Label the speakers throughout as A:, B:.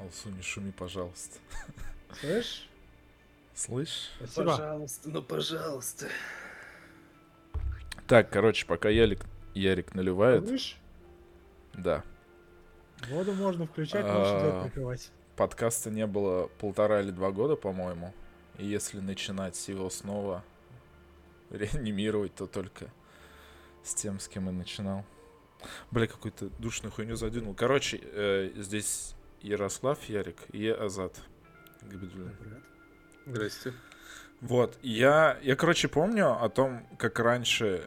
A: Алсу, не шуми, пожалуйста.
B: Слышь?
A: Слышь?
B: Спасибо.
C: Пожалуйста, ну пожалуйста.
A: Так, короче, пока Ярик наливает.
B: Слышь?
A: Да.
B: Воду можно включать, можешь делать прикрывать.
A: Подкаста не было 1,5 или 2 года, по-моему. И если начинать его снова реанимировать, то только с тем, с кем и начинал. Бля, какую-то душную хуйню задвинул. Короче, здесь Ярослав, Ярик и Азат.
B: Привет.
C: Здрасте.
A: Вот, я, короче, помню о том, как раньше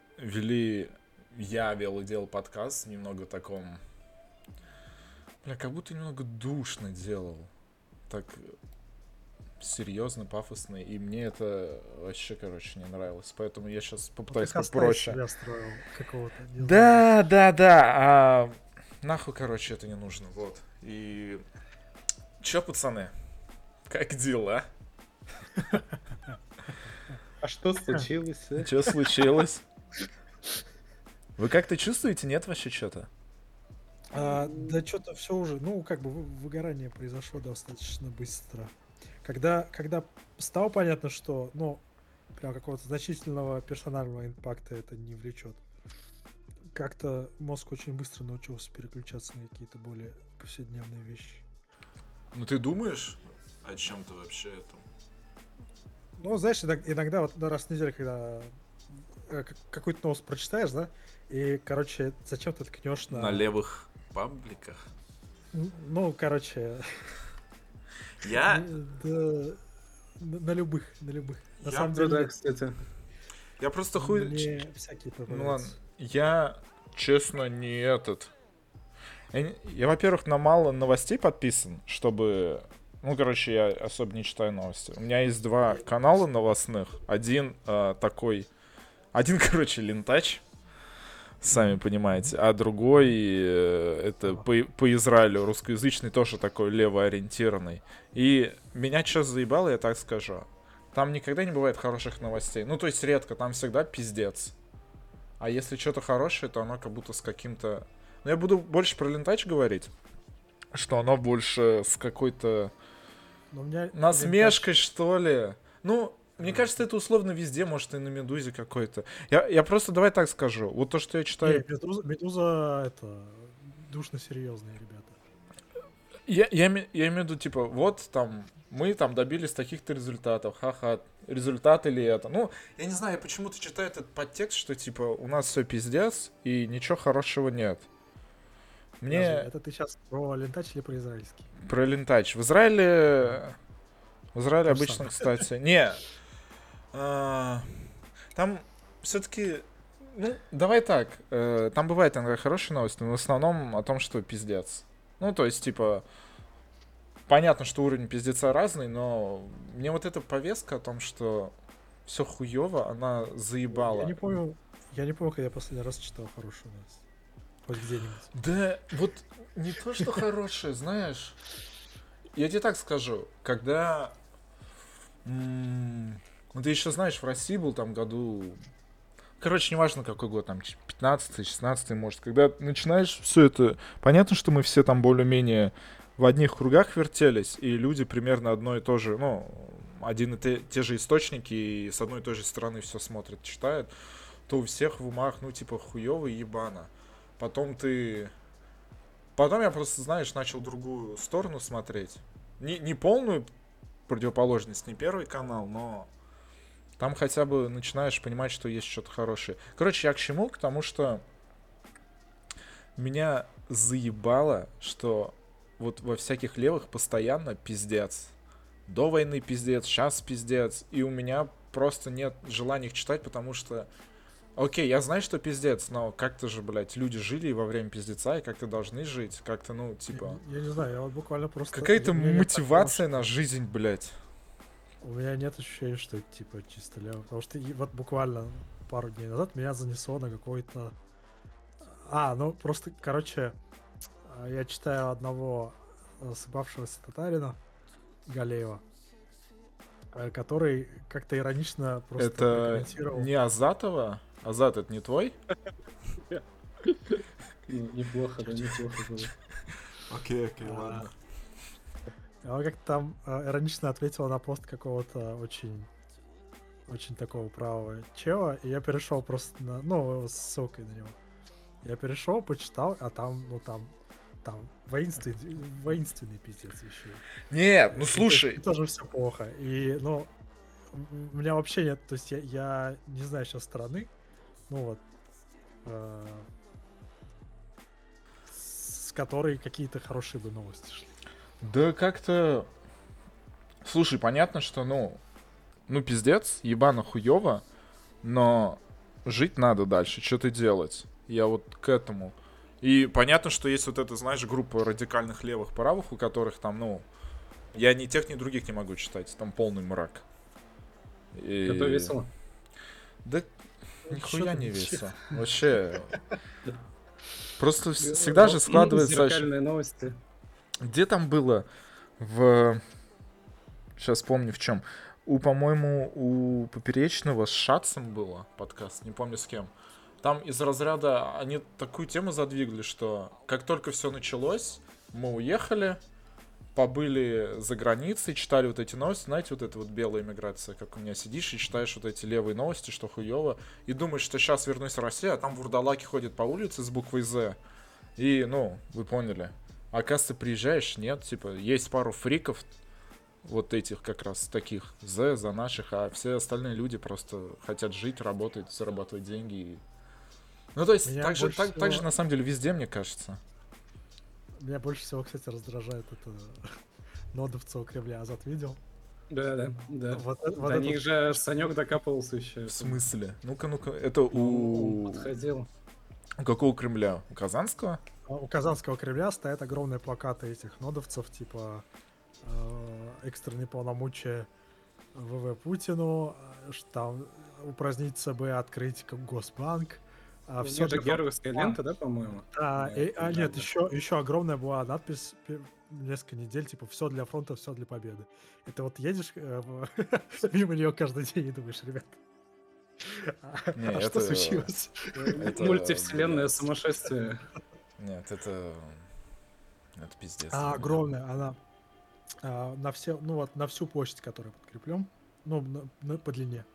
A: я вел и делал подкаст, немного таком, бля, как будто немного душно делал, так серьезно, пафосно, и мне это вообще, короче, не нравилось, поэтому я сейчас попытаюсь попроще.
B: Я строил какого-то.
A: Да, нахуй, короче, это не нужно, вот, и чё, пацаны, как дела?
C: А что случилось?
A: Что случилось? Вы как-то чувствуете, нет вообще что-то?
B: Да что-то все уже, ну, как бы выгорание произошло достаточно быстро. Когда стало понятно, что, ну, прям какого-то значительного персонального импакта это не влечет. Как-то мозг очень быстро научился переключаться на какие-то более повседневные вещи.
A: Ну ты думаешь о чем-то вообще этом?
B: Ну, знаешь, иногда вот раз в неделю, когда какую-то новость прочитаешь, да, и, короче, зачем ты ткнешь
A: На левых пабликах?
B: Ну, короче...
A: Я?
B: Да, на любых. На самом
C: Ну
B: деле,
C: да, кстати.
A: Я просто
B: мне всякие
A: Ну ладно,
B: попадаются.
A: я, честно, не этот... Я, во-первых, на мало новостей подписан, чтобы... Ну, короче, я особо не читаю новости. У меня есть 2 канала новостных. Один такой... Один, короче, лентач, сами понимаете, а другой это по Израилю русскоязычный, тоже такой левоориентированный. И меня сейчас заебало, я так скажу. Там никогда не бывает хороших новостей. Ну, то есть редко, там всегда пиздец. А если что-то хорошее, то оно как будто с каким-то... Ну, я буду больше про лентач говорить, что оно больше с какой-то насмешкой, что ли. Ну, мне кажется, это условно везде, может, и на Медузе какой-то. Я просто, давай так скажу. Вот то, что я читаю...
B: Медуза, это, душно серьезные ребята.
A: Я имею в виду, типа, вот там, мы там добились таких-то результатов, ха-ха, результаты ли это? Ну, я не знаю, я почему-то читаю этот подтекст, что, типа, у нас все пиздец, и ничего хорошего нет. Мне...
B: Это ты сейчас про лентач или про израильский?
A: Про лентач. В Израиле обычно,
B: самое.
A: кстати... Не, там все-таки, ну, давай так, там бывает иногда хорошие новости, но в основном о том, что пиздец. Ну, то есть, типа, понятно, что уровень пиздеца разный, но мне вот эта повестка о том, что все хуёво, она заебала.
B: Я не помню, когда я последний раз читал хорошую новость. Хоть где-нибудь.
A: Да, вот не то, что хорошее, знаешь. Я тебе так скажу, когда... Ну, ты еще знаешь, в России был там году... Короче, неважно какой год, там 15-й, 16-й, может. Когда начинаешь все это... Понятно, что мы все там более-менее в одних кругах вертелись, и люди примерно одно и то же, ну, один и те же источники, и с одной и той же стороны все смотрят, читают, то у всех в умах, ну, типа, хуёво и ебано. Потом я просто, знаешь, начал другую сторону смотреть. Не полную противоположность, не Первый канал, но там хотя бы начинаешь понимать, что есть что-то хорошее. Короче, я к чему? К тому, что меня заебало, что вот во всяких левых постоянно пиздец. До войны пиздец, сейчас пиздец. И у меня просто нет желания их читать, потому что... Окей, я знаю, что пиздец, но как-то же, блядь, люди жили во время пиздеца и как-то должны жить. Как-то, ну, типа...
B: Я не знаю, я вот буквально просто...
A: Какая-то мотивация на жизнь, блядь.
B: У меня нет ощущения, что это типа чисто лево. Потому что вот буквально пару дней назад меня занесло на какой-то... ну просто, короче, я читаю одного сыпавшегося татарина, Галеева, который как-то иронично просто
A: Это
B: прокомментировал.
A: не Азатова? Азат, это не твой?
C: Неплохо, да, неплохо было.
A: Окей, ладно.
B: Она как-то там иронично ответила на пост какого-то очень такого правого чела, и я перешел просто на, ну, с ссылкой на него. Я перешел, почитал, а там, ну, там воинственный пиздец еще.
A: Нет, ну
B: И
A: слушай,
B: тоже все плохо. И, ну, у меня вообще нет, то есть я не знаю сейчас страны, ну вот, э, с которой какие-то хорошие бы новости шли.
A: да как-то... Слушай, понятно, что, ну пиздец, ебано хуёво, но жить надо дальше, что-то делать. Я вот к этому. И понятно, что есть вот эта, знаешь, группа радикальных левых правых, у которых там, ну, я ни тех, ни других не могу читать, там полный мрак.
C: Это
A: И...
C: весело.
A: Да
B: Чё
A: нихуя
B: ты
A: не
B: вообще?
A: весело. Вообще. Просто всегда же складывается...
C: Зеркальные новости.
A: Где там было? В... Сейчас помню в чем. По-моему, у Поперечного с Шатцем было подкаст, не помню с кем. Там из разряда они такую тему задвигали, что как только все началось, мы уехали, побыли за границей, читали вот эти новости, знаете, вот эта вот белая иммиграция, как у меня сидишь и читаешь вот эти левые новости, что хуево, и думаешь, что сейчас вернусь в Россию, а там вурдалаки ходят по улице с буквой «З». И, ну, вы поняли. А оказывается, приезжаешь, нет, типа, есть пару фриков, вот этих как раз таких за наших, а все остальные люди просто хотят жить, работать, зарабатывать деньги. Ну, то есть,
B: Меня
A: так же,
B: больше
A: так же
B: всего,
A: на самом деле везде, мне кажется.
B: меня больше всего, кстати, раздражает это нодовцы у Кремля. Азат видел?
C: Да.
B: Вот
C: До
B: это
C: них же Санек докапывался еще.
A: В смысле? Ну-ка, ну-ка. Это
C: Он подходил.
A: У какого Кремля? У Казанского?
B: у Казанского Кремля стоят огромные плакаты этих нодовцев, типа экстренные полномочия ВВ Путину, что там упразднить ЦБ, открыть как Госбанк.
C: У
B: Все
C: них же
B: для
C: георгиевская лента, да, по-моему?
B: Да,
C: Да,
B: нет,
C: да.
B: еще огромная была надпись несколько недель, типа все для фронта, все для победы. Это вот едешь мимо нее каждый день и думаешь, ребят,
A: Не,
B: а что
A: это...
B: случилось?
A: Это,
C: Мультивселенная
A: блядь.
C: сумасшествие.
A: Нет, это... Это пиздец для меня.
B: Огромная, она на все, ну вот на всю площадь, которую подкреплен, ну по длине.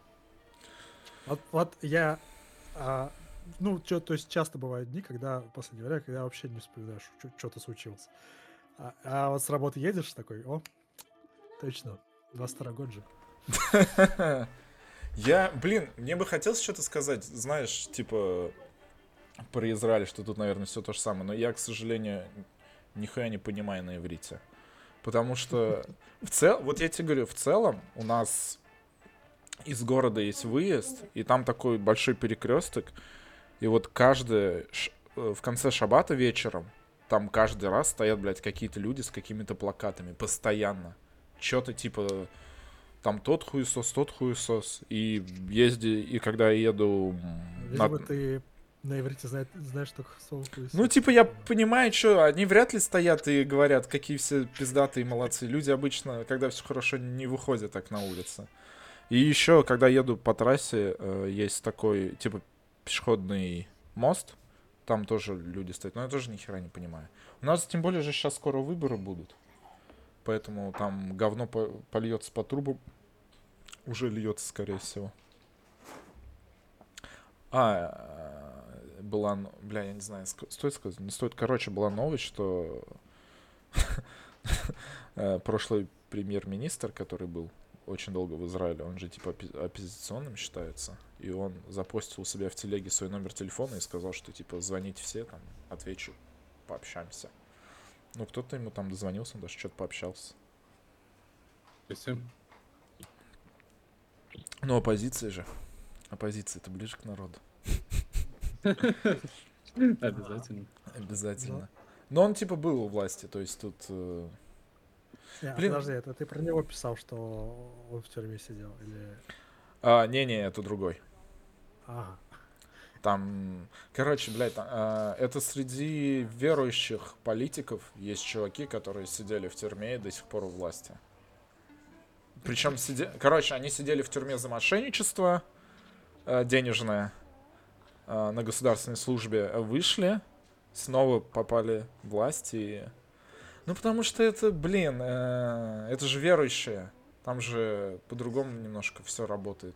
B: Вот я, ну то есть часто бывают дни, когда в последнее время, когда вообще не вспоминаешь, что-то случилось. А вот с работы едешь такой, о, точно, 22 год же.
A: Блин, мне бы хотелось что-то сказать, знаешь, типа про Израиль, что тут, наверное, все то же самое, но я, к сожалению, нихуя не понимаю на иврите. Потому что вот я тебе говорю, в целом у нас из города есть выезд, и там такой большой перекресток, и вот в конце шабата вечером там каждый раз стоят, блядь, какие-то люди с какими-то плакатами, постоянно. Что-то типа там тот хуесос, и когда я еду
B: Видимо, ты на иврите знаешь только слово хуесос.
A: Ну, типа, я понимаю, что они вряд ли стоят и говорят, какие все пиздатые молодцы. Люди обычно, когда все хорошо, не выходят так на улице. И еще, когда еду по трассе, есть такой, типа, пешеходный мост. Там тоже люди стоят. Но я тоже ни хера не понимаю. У нас, тем более же, сейчас скоро выборы будут. Поэтому там говно польется по трубам. Уже льется, скорее всего. Бля, я не знаю, стоит сказать, не стоит. Короче, была новость, что прошлый премьер-министр, который был очень долго в Израиле, он же типа оппозиционным считается, и он запостил у себя в телеге свой номер телефона и сказал, что типа звоните все, там, отвечу, пообщаемся. Ну, кто-то ему там дозвонился, он даже что-то пообщался. Ну, оппозиция же. Оппозиция-то ближе к народу.
C: Обязательно.
A: Обязательно. Но он типа был у власти, то есть тут... Блин.
B: Подожди, это ты про него писал, что он в тюрьме сидел? Или...
A: Не, это другой.
B: Ага.
A: Там, короче, блядь, это среди верующих политиков есть чуваки, которые сидели в тюрьме и до сих пор у власти. Причем, короче, они сидели в тюрьме за мошенничество денежное на государственной службе, вышли, снова попали в власть и... Ну, потому что это, блин, это же верующие. Там же по-другому немножко все работает.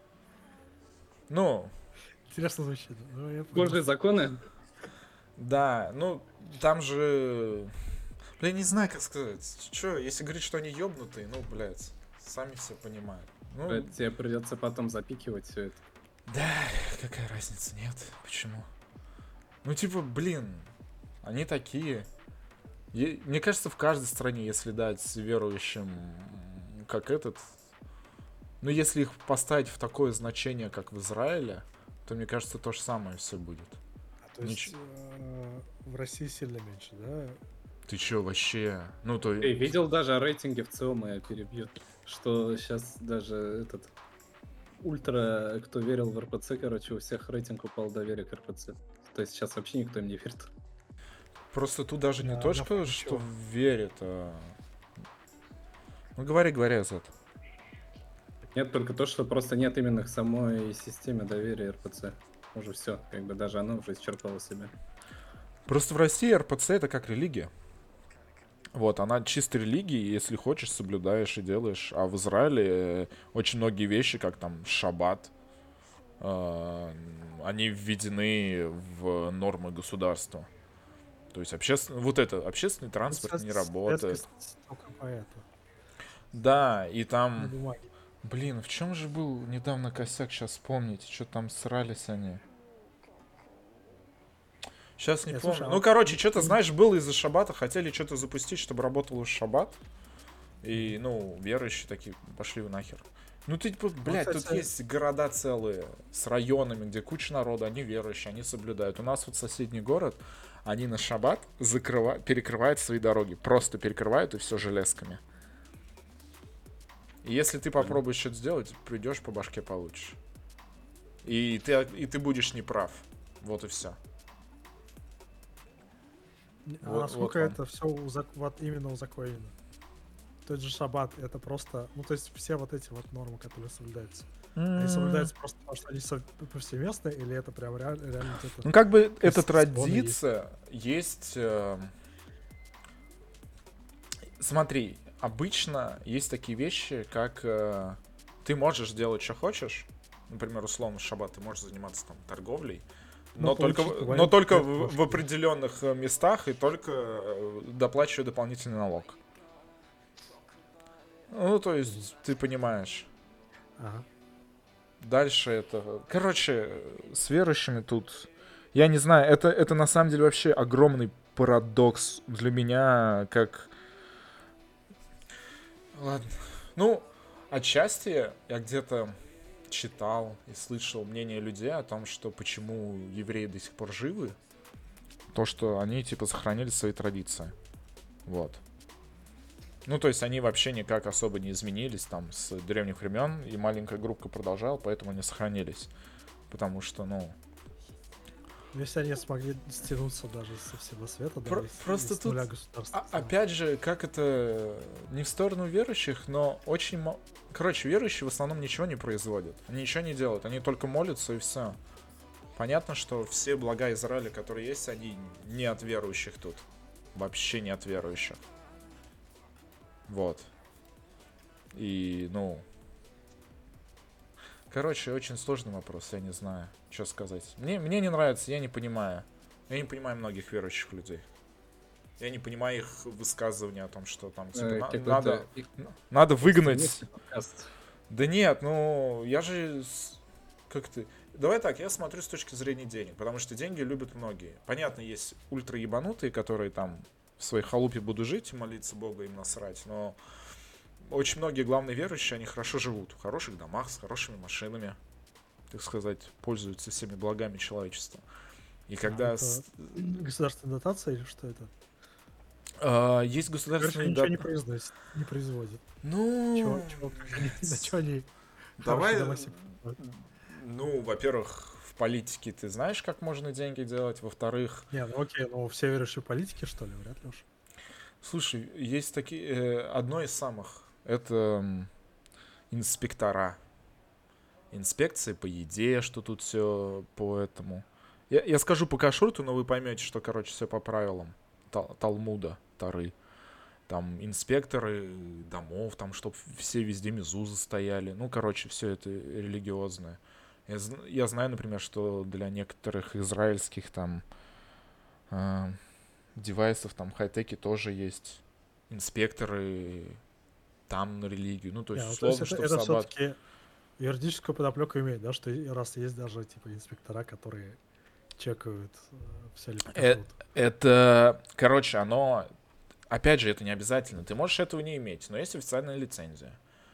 A: Ну,
B: Интересно звучит. Ну, я понял.
C: Божьи законы.
A: да, ну, там же... Блин, не знаю, как сказать. Че, если говорить, что они ёбнутые, ну, блядь, сами все понимают. Ну,
C: Это тебе придется потом запикивать все это.
A: да, какая разница, нет? Почему? Ну, типа, блин, они такие. Мне кажется, в каждой стране, если дать верующим, как этот, ну, если их поставить в такое значение, как в Израиле, то, мне кажется, то же самое все будет.
B: То есть в России сильно меньше, да?
A: Ты чё, вообще? Ну, то...
C: Ты видел даже рейтинги в целом, я перебью, что сейчас даже этот ультра, кто верил в РПЦ, короче, у всех рейтинг упал доверие к РПЦ. То есть сейчас вообще никто им не верит.
A: Просто тут даже не
B: Да,
A: то,
B: на
A: что
B: фоне чего?
A: верит, а... Ну, говори, Азат.
C: Нет, только то, что просто нет именно к самой системе доверия РПЦ. Уже все, как бы даже оно уже исчерпало себя.
A: Просто в России РПЦ это как религия. Вот, она чисто религия, и если хочешь, соблюдаешь и делаешь. А в Израиле очень многие вещи, как там шаббат, они введены в нормы государства. То есть вот это, общественный транспорт не работает.
B: Только поэтому.
A: Да, и
B: На
A: там...
B: бумаге.
A: Блин, в чем же был недавно косяк, сейчас вспомнить, что там срались они. Сейчас не
B: Нет,
A: помню.
B: слушай, а
A: Ну,
B: вот
A: короче, что-то, знаешь, было из-за шаббата, хотели что-то запустить, чтобы работало в шаббат. И, ну, верующие такие, пошли вы нахер. Ну, ты, типа, блядь, тут
B: кстати,
A: есть города целые с районами, где куча народа, они верующие, они соблюдают. У нас вот соседний город, они на шаббат перекрывают свои дороги. Просто перекрывают и все железками. И если ты попробуешь что-то сделать, придешь по башке получишь. И ты будешь неправ. Вот и все.
B: а
A: Вот
B: насколько
A: вам.
B: это все вот именно узаконено? Тот же шаббат, это просто, ну то есть все вот эти вот нормы, которые соблюдаются, они соблюдаются просто потому, что они повсеместно, или это прям реально где-то
A: Ну, как бы эта
B: законы
A: традиция есть. Смотри, обычно есть такие вещи, как ты можешь делать, что хочешь. Например, условно, в шаббат ты можешь заниматься там торговлей, но только в определенных местах и только доплачивая дополнительный налог. Ну, то есть, ты понимаешь.
B: Ага.
A: Дальше это... Короче, с верующими тут... Я не знаю, это на самом деле вообще огромный парадокс для меня, как... Ладно. Ну, отчасти я где-то читал и слышал мнение людей о том, что почему евреи до сих пор живы. То, что они, типа, сохранили свои традиции. Вот. Ну, то есть они вообще никак особо не изменились там с древних времен, и маленькая группа продолжала, поэтому они сохранились. Потому что, ну...
B: Если они смогли стянуться даже со всего света, да,
A: Просто
B: с
A: тут,
B: нуля государства.
A: опять же, как это... Не в сторону верующих, но очень... Короче, верующие в основном ничего не производят. Они ничего не делают, они только молятся и все. Понятно, что все блага Израиля, которые есть, они не от верующих тут. Вообще не от верующих. Вот. И, ну... Короче, очень сложный вопрос, я не знаю, что сказать. Мне не нравится, я не понимаю. Я не понимаю многих верующих людей. Я не понимаю их высказывания о том, что там, типа, надо выгнать... Да нет, ну, я же... Как ты... Давай так, я смотрю с точки зрения денег, потому что деньги любят многие. Понятно, есть ультраебанутые, которые там в своей халупе будут жить и молиться Богу, им насрать, но очень многие главные верующие, они хорошо живут, в хороших домах, с хорошими машинами, так сказать, пользуются всеми благами человечества. И когда...
B: Это государственная дотация или что это?
A: Есть государственные...
B: Ничего не производит.
A: Ну...
B: На чё они...
A: Давай... Ну, во-первых, в политике ты знаешь, как можно деньги делать. Во-вторых...
B: Не, ну окей, ну все верующие политики, что ли? Вряд ли уж.
A: Слушай, есть такие... Одно из самых. Это инспектора. Инспекции по еде, что тут все по этому. Я скажу по кашруту, но вы поймете, что, короче, все по правилам Талмуда, Торы. там инспекторы домов, там, чтобы все везде мезузы стояли. Ну, короче, все это религиозное. Я знаю, например, что для некоторых израильских там а, девайсов, там, хай-теки тоже есть инспекторы там на религию. Ну, то
B: Не,
A: есть,
B: ну то есть
A: условно, что в
B: это
A: Саббат.
B: все-таки юридическую подоплеку имеет, да, что раз есть даже типа инспектора, которые чекают, все ли по
A: Э-
B: кашруту.
A: Это, короче, оно, опять же, это не обязательно. Ты можешь этого не иметь, но есть официальная лицензия.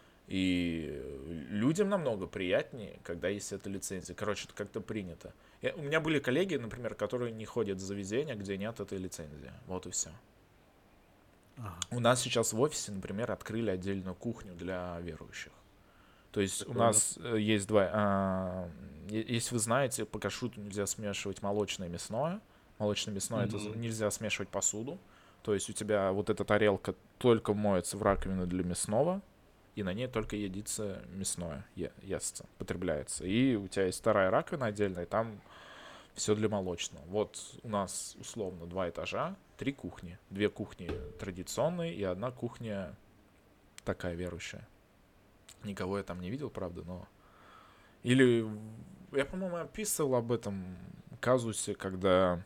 A: И людям намного приятнее, когда есть эта лицензия. Короче, это как-то принято. У меня были коллеги, например, которые не ходят в заведения, где нет этой лицензии. Вот и все.
B: Ага.
A: У нас сейчас в офисе, например, открыли отдельную кухню для верующих. То есть у
C: Прикольно.
A: нас есть два... если вы знаете, по кашруту нельзя смешивать молочное и мясное. Молочное и мясное это
C: Мгм.
A: нельзя смешивать посуду. То есть у тебя вот эта тарелка только моется в раковину для мясного, и на ней только едится мясное, естся, потребляется. И у тебя есть вторая раковина отдельная, и там все для молочного. Вот у нас условно 2 этажа, 3 кухни. 2 кухни традиционные и одна кухня такая верующая. Никого я там не видел, правда, но... Или я, по-моему, описывал об этом казусе, когда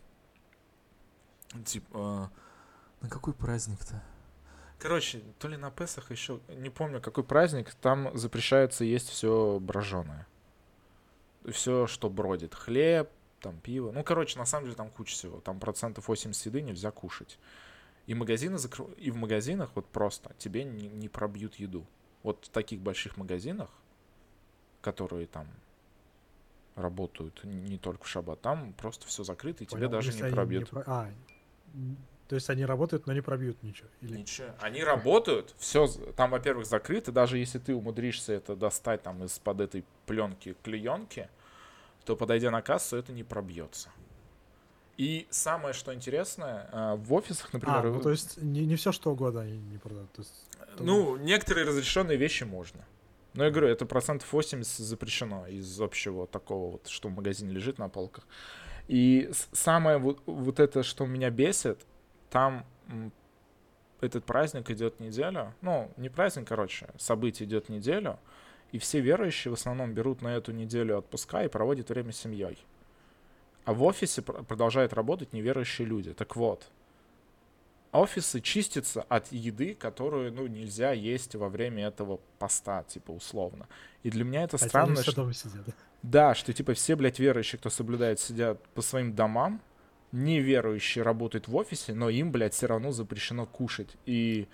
A: типа на какой праздник-то? Короче, то ли на Песах еще, не помню, какой праздник, там запрещается есть все броженое. Все, что бродит. Хлеб, там пиво. Ну, короче, на самом деле там куча всего. Там 80% еды нельзя кушать. И и в магазинах вот просто тебе не пробьют еду. Вот в таких больших магазинах, которые там работают не только в шаббат, там просто все закрыто, и тебе
B: Понял,
A: даже не
B: если они не
A: пробьют.
B: то есть они работают, но не пробьют ничего. Или
A: Ничего. Они работают, все, там, во-первых, закрыто, даже если ты умудришься это достать там из-под этой пленки клеенки, то, подойдя на кассу, это не пробьется. И самое, что интересное, в офисах, например,
B: ну то есть не все что угодно они не продают. То есть,
A: ну, некоторые разрешенные вещи можно. Но я говорю, это 80% запрещено из общего такого вот, что в магазине лежит на полках. И самое вот это, что меня бесит, там этот праздник идет неделю. Ну, не праздник, короче, событие идет неделю. И все верующие в основном берут на эту неделю отпуска и проводят время с семьей. А в офисе продолжают работать неверующие люди. Так вот, офисы чистятся от еды, которую, ну, нельзя есть во время этого поста, типа, условно. И для меня это
B: хотя они
A: странно,
B: все
A: что...
B: дома сидят.
A: Да, что, типа, все, блядь, верующие, кто соблюдает, сидят по своим домам, неверующие работают в офисе, но им, блядь, все равно запрещено кушать. И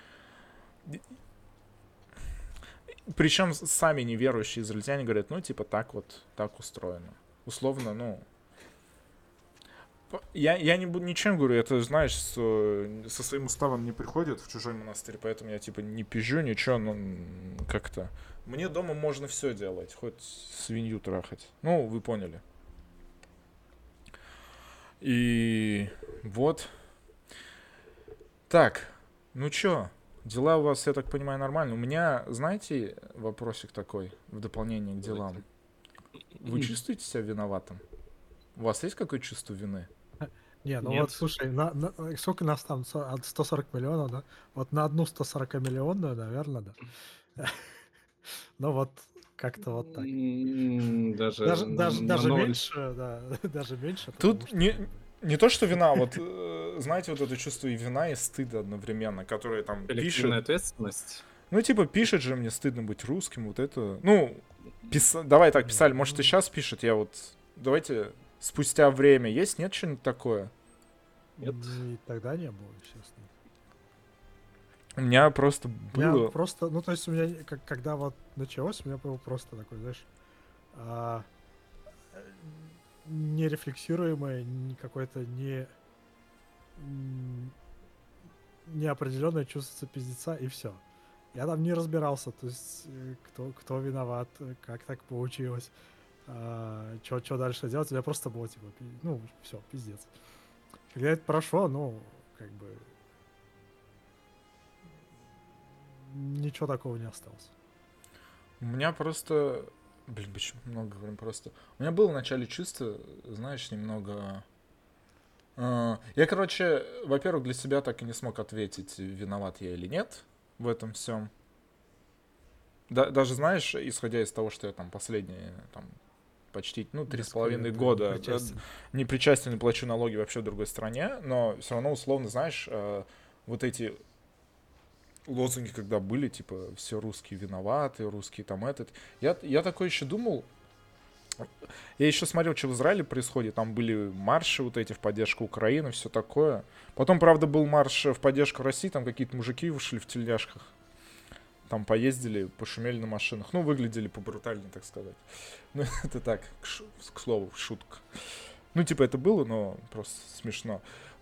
A: причем сами неверующие израильтяне говорят, ну, типа, так вот, так устроено. Условно, ну, я не буду ничем говорю, это, знаешь, со своим уставом не приходит в чужой монастырь, поэтому я, типа, не пизжу, ничего, ну, как-то. Мне дома можно все делать, хоть свинью трахать. Ну, вы поняли. И вот. Так, ну чё, дела у вас, я так понимаю, нормально. У меня, знаете, вопросик такой в дополнение к делам. Вы чувствуете себя виноватым? У вас есть какое-то чувство вины?
B: Не, ну вот
C: Нет.
B: слушай, сколько нас там, от 140 миллионов, да? Вот на одну 140-миллионную, наверное, да. Ну вот как-то вот так.
C: Даже на
B: Даже
C: ноль.
B: меньше, да, даже меньше, потому
A: Тут
B: что как бы...
A: не то, что вина, вот, знаете, вот это чувство и вина, и стыда одновременно, которые там
C: Коллективная
A: пишут.
C: ответственность.
A: Ну, типа, пишет же мне стыдно быть русским, вот это. Ну, давай так
B: Не,
A: писали, может, и сейчас пишет, я вот... Давайте спустя время есть, нет, что-нибудь такое?
C: Нет.
B: И тогда не было, честно.
A: У меня просто
B: Я
A: было...
B: просто, ну то есть у меня, когда вот началось, у меня был просто такой, знаешь, а, нерефлексируемое, какое-то неопределенное чувство пиздеца, и все. Я там не разбирался, то есть кто виноват, как так получилось, что дальше делать. У меня просто было типа, ну все, пиздец. Когда это прошло, ну, как бы ничего такого не осталось.
A: У меня просто... Блин, почему много говорим просто? У меня было вначале чувство, знаешь, немного Я, короче, во-первых, для себя так и не смог ответить, виноват я или нет в этом всем. Даже, знаешь, исходя из того, что я там последние, там, почти, ну, три с
B: Несколько
A: половиной
B: лет, да, не
A: года
B: причастен.
A: не причастен и плачу налоги вообще в другой стране, но все равно, условно, знаешь, вот эти лозунги, когда были, типа, все русские виноваты, русские там этот. Я такой еще думал, я еще смотрел, что в Израиле происходит. Там были марши вот эти в поддержку Украины, все такое. Потом, правда, был марш в поддержку России, там какие-то мужики вышли в тельняшках. Там поездили, пошумели на машинах. Ну, выглядели побрутальнее, так сказать. Ну, это так, к слову, шутка. Ну, типа, это было, но просто смешно.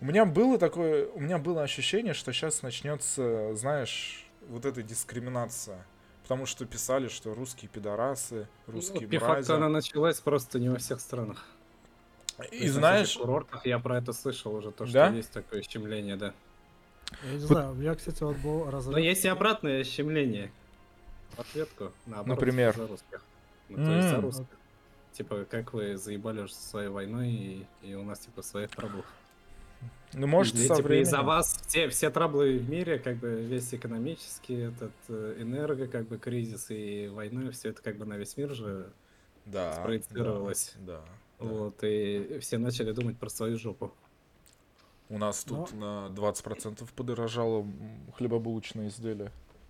A: У меня было ощущение, что сейчас начнется, знаешь, вот эта дискриминация. Потому что писали, что русские пидорасы,
C: Ну,
A: русские
C: де-факто
A: мрази.
C: она началась просто не во всех странах. То
A: И
C: есть на всяких
A: знаешь,
C: курортах я про это слышал уже, то, что
A: да?
C: есть такое щемление, да.
B: Я не
A: Вот,
B: знаю, у меня, кстати, вот был
C: Но
B: разрыв.
C: есть и обратное щемление. В ответку, наоборот, типа
A: например.
C: за русских. Ну, то есть за
A: М,
B: Вот
C: русских. Типа, как вы заебали уже со своей войной, и у нас, типа, своих траблов.
A: ну, может, со
C: Типа, из-за
A: временем.
C: вас все траблы в мире, как бы весь экономический, этот энерго, как бы кризис и война, все это как бы на весь мир же
A: Да, да,
C: спроецировалось.
A: да, да.
C: Вот, и все начали думать про свою жопу.
A: У нас
B: Но
A: тут на 20% подорожало хлебобулочные изделия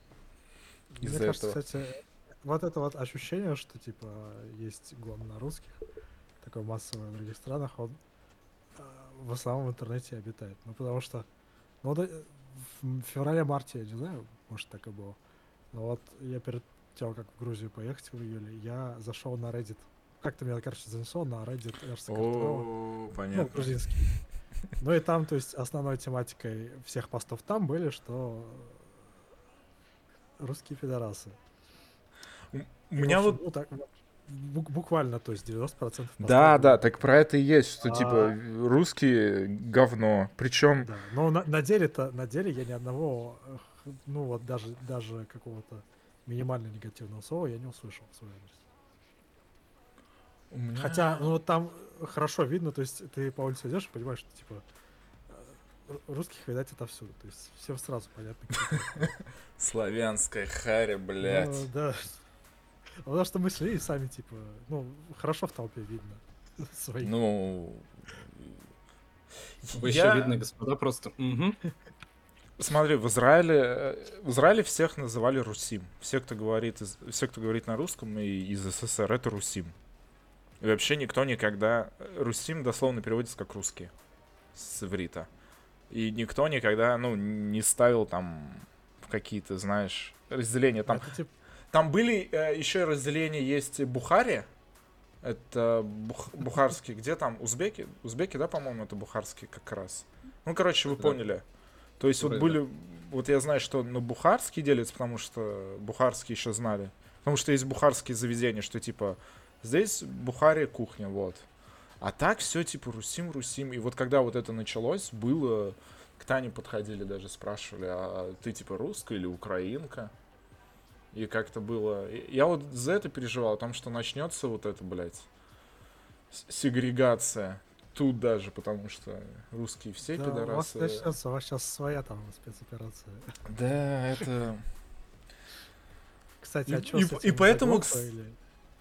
B: мне
A: из-за
B: кажется,
A: этого.
B: кстати, вот это вот ощущение, что типа есть гон на русских, такое массовое в других странах, он в основном в интернете обитает. Ну, потому что, ну, да, в феврале-марте, я не знаю, может, так и было. Но вот я перед тем, как в Грузию поехать в июле, я зашел на Reddit. Как-то меня, короче, занесло на Reddit Эрса Картвелла,
A: О,
B: ну,
A: понятно.
B: грузинский. Ну и там, то есть, основной тематикой всех постов там были, что русские пидорасы.
A: У
B: И, в
A: меня
B: общем,
A: вот...
B: ну, так, буквально, то есть, 90% постов
A: Да,
B: было
A: да,
B: об
A: так
B: этом.
A: про это и есть, что типа
B: А,
A: русские говно. Причем,
B: да, но на деле я ни одного, ну, вот даже какого-то минимально негативного слова я не услышал в свой адрес.
A: у
B: Хотя,
A: меня
B: ну, вот там хорошо видно, то есть, ты по улице идешь и понимаешь, что, типа, русских, видать, отовсюду. То есть, всем сразу понятно, кто это.
A: славянская харя,
B: Ну,
A: блядь.
B: да. Потому что мы шли и сами, типа, ну, хорошо в толпе видно своих.
A: Ну,
C: Вы еще
A: я...
C: видны, господа, просто. Мгм.
A: Смотри, в Израиле всех называли русим. Все, кто говорит на русском и из СССР, это русим. И вообще никто никогда... Русим дословно переводится как русские с иврита. И никто никогда, ну, не ставил там в какие-то, знаешь, разделения. Там,
B: Это типа,
A: там были еще разделения, есть Бухари, это бухарский, где там, узбеки? Узбеки, да, по-моему, это бухарский как раз. Ну, короче, вы
C: Да,
A: поняли. То есть вот
C: вроде да.
A: были, вот я знаю, что на бухарский делится, потому что бухарские еще знали. Потому что есть бухарские заведения, что типа здесь Бухари кухня, вот. А так все типа Русим, Русим. И вот когда вот это началось, было... К Тане подходили даже, спрашивали, а ты типа русская или украинка? И как-то было... Я вот за это переживал, о том, что начнется вот это, блядь, сегрегация. Тут даже, потому что русские все
B: да, у вас
A: пидорасы.
B: начнется, у вас сейчас своя там спецоперация.
A: Да, это...
B: Кстати,
A: И,
B: а что
A: и,
B: с
A: и
B: этим
A: поэтому,
B: заглохло или...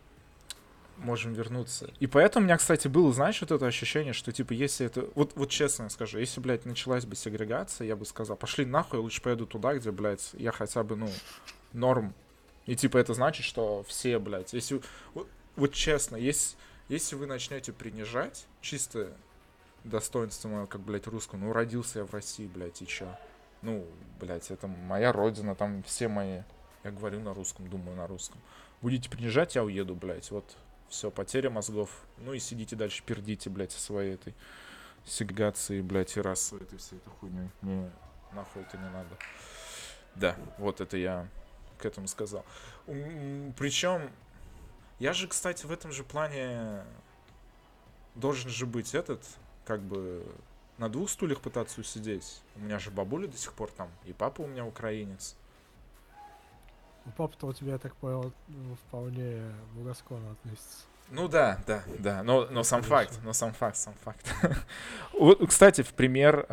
A: можем вернуться. И поэтому у меня, кстати, было, знаешь, вот это ощущение, что, типа, если это... Вот честно скажу, если, блядь, началась бы сегрегация, я бы сказал, пошли нахуй, я лучше поеду туда, где, блядь, я хотя бы, ну, норм. И, типа, это значит, что все, блядь, если... Вот честно, если вы начнете принижать чисто достоинство мое, как, блядь, русского, ну, родился я в России, блядь, и чё? Ну, блядь, это моя родина, там все мои... Я говорю на русском, думаю на русском. Будете принижать, я уеду, блядь, вот. Все, потеря мозгов. Ну и сидите дальше, пердите, блядь, со своей этой сегрегации, блядь, и расовой этой всей этой хуйней. Не, нахуй это не надо. Да, вот это я к этому сказал. Причем, я же, кстати, в этом же плане должен же быть этот, как бы, на двух стульях пытаться усидеть. У меня же бабуля до сих пор там, и папа у меня украинец.
B: Ну, папа-то у тебя, я так понял, вполне благосклонно относится.
A: Ну да, но сам
B: Конечно.
A: факт, сам факт. Вот, кстати, в пример,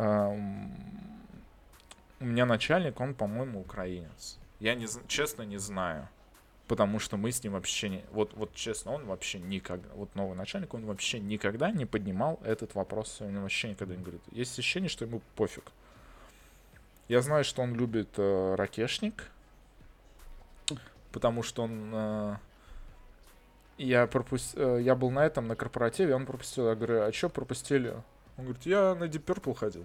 A: у меня начальник, он, по-моему, украинец. Я честно не знаю. Потому что мы с ним вообще не... Вот честно, он вообще никогда... Вот новый начальник, он вообще никогда не поднимал этот вопрос. Он вообще никогда не говорит. Есть ощущение, что ему пофиг. Я знаю, что он любит ракешник. Потому что он... Я был на этом, на корпоративе, он пропустил. Я говорю, а что пропустили? Он говорит, я на Deep Purple ходил.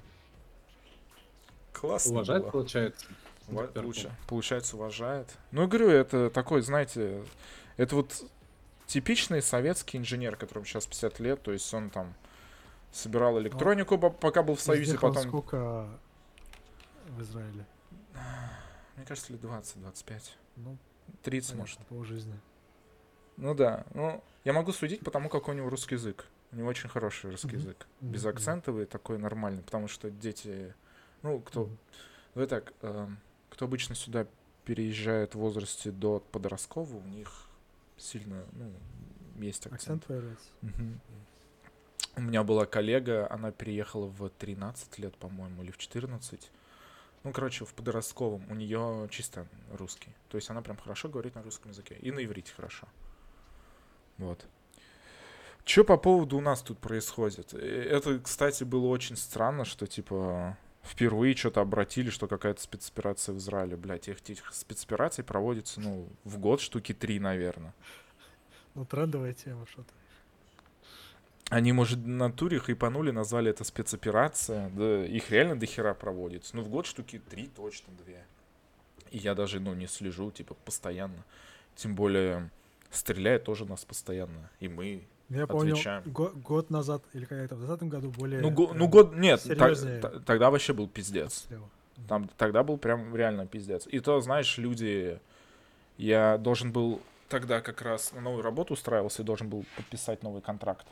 A: Классно
C: Уважать,
A: было.
C: получается. Deep Purple.
A: Получается, уважает. Ну, я говорю, это такой, знаете, это вот типичный советский инженер, которому сейчас 50 лет, то есть он там собирал электронику, пока был в Союзе,
B: Изъехал
A: потом...
B: сколько в Израиле?
A: Мне кажется, лет 20-25.
B: Ну,
A: 30,
B: понятно,
A: может.
B: полжизни.
A: Ну да, ну, я могу судить потому, как у него русский язык. У него очень хороший русский язык. Безакцентовый, такой нормальный, потому что дети... Ну, кто... Давай так, кто обычно сюда переезжает в возрасте до подросткового, у них сильно, ну, есть акцент.
B: Акцент появляется.
A: Мгм. У меня была коллега, она переехала в 13 лет, по-моему, или в 14. Ну, короче, в подростковом у нее чисто русский. То есть она прям хорошо говорит на русском языке. И на иврите хорошо. Вот. Что по поводу у нас тут происходит? Это, кстати, было очень странно, что, типа, впервые что-то обратили, что какая-то спецоперация в Израиле. Блядь, этих спецопераций проводится, ну, в год штуки 3, наверное.
B: Ну, трендовая тема, что-то.
A: Они, может, на туре хайпанули, назвали это спецоперация. Да, их реально дохера проводится. Ну, в год штуки 3, точно 2. И я даже, ну, не слежу, типа, постоянно. Тем более, стреляет тоже нас постоянно. И мы
B: Я помню,
A: отвечаем.
B: год назад, или когда-то в 2020 году более
A: Ну, год, нет,
B: серьезнее
A: тогда вообще был пиздец.
B: обстрелы.
A: Там тогда был прям реально пиздец. И то, знаешь, люди... Я должен был тогда как раз на новую работу устраивался и должен был подписать новый контракт.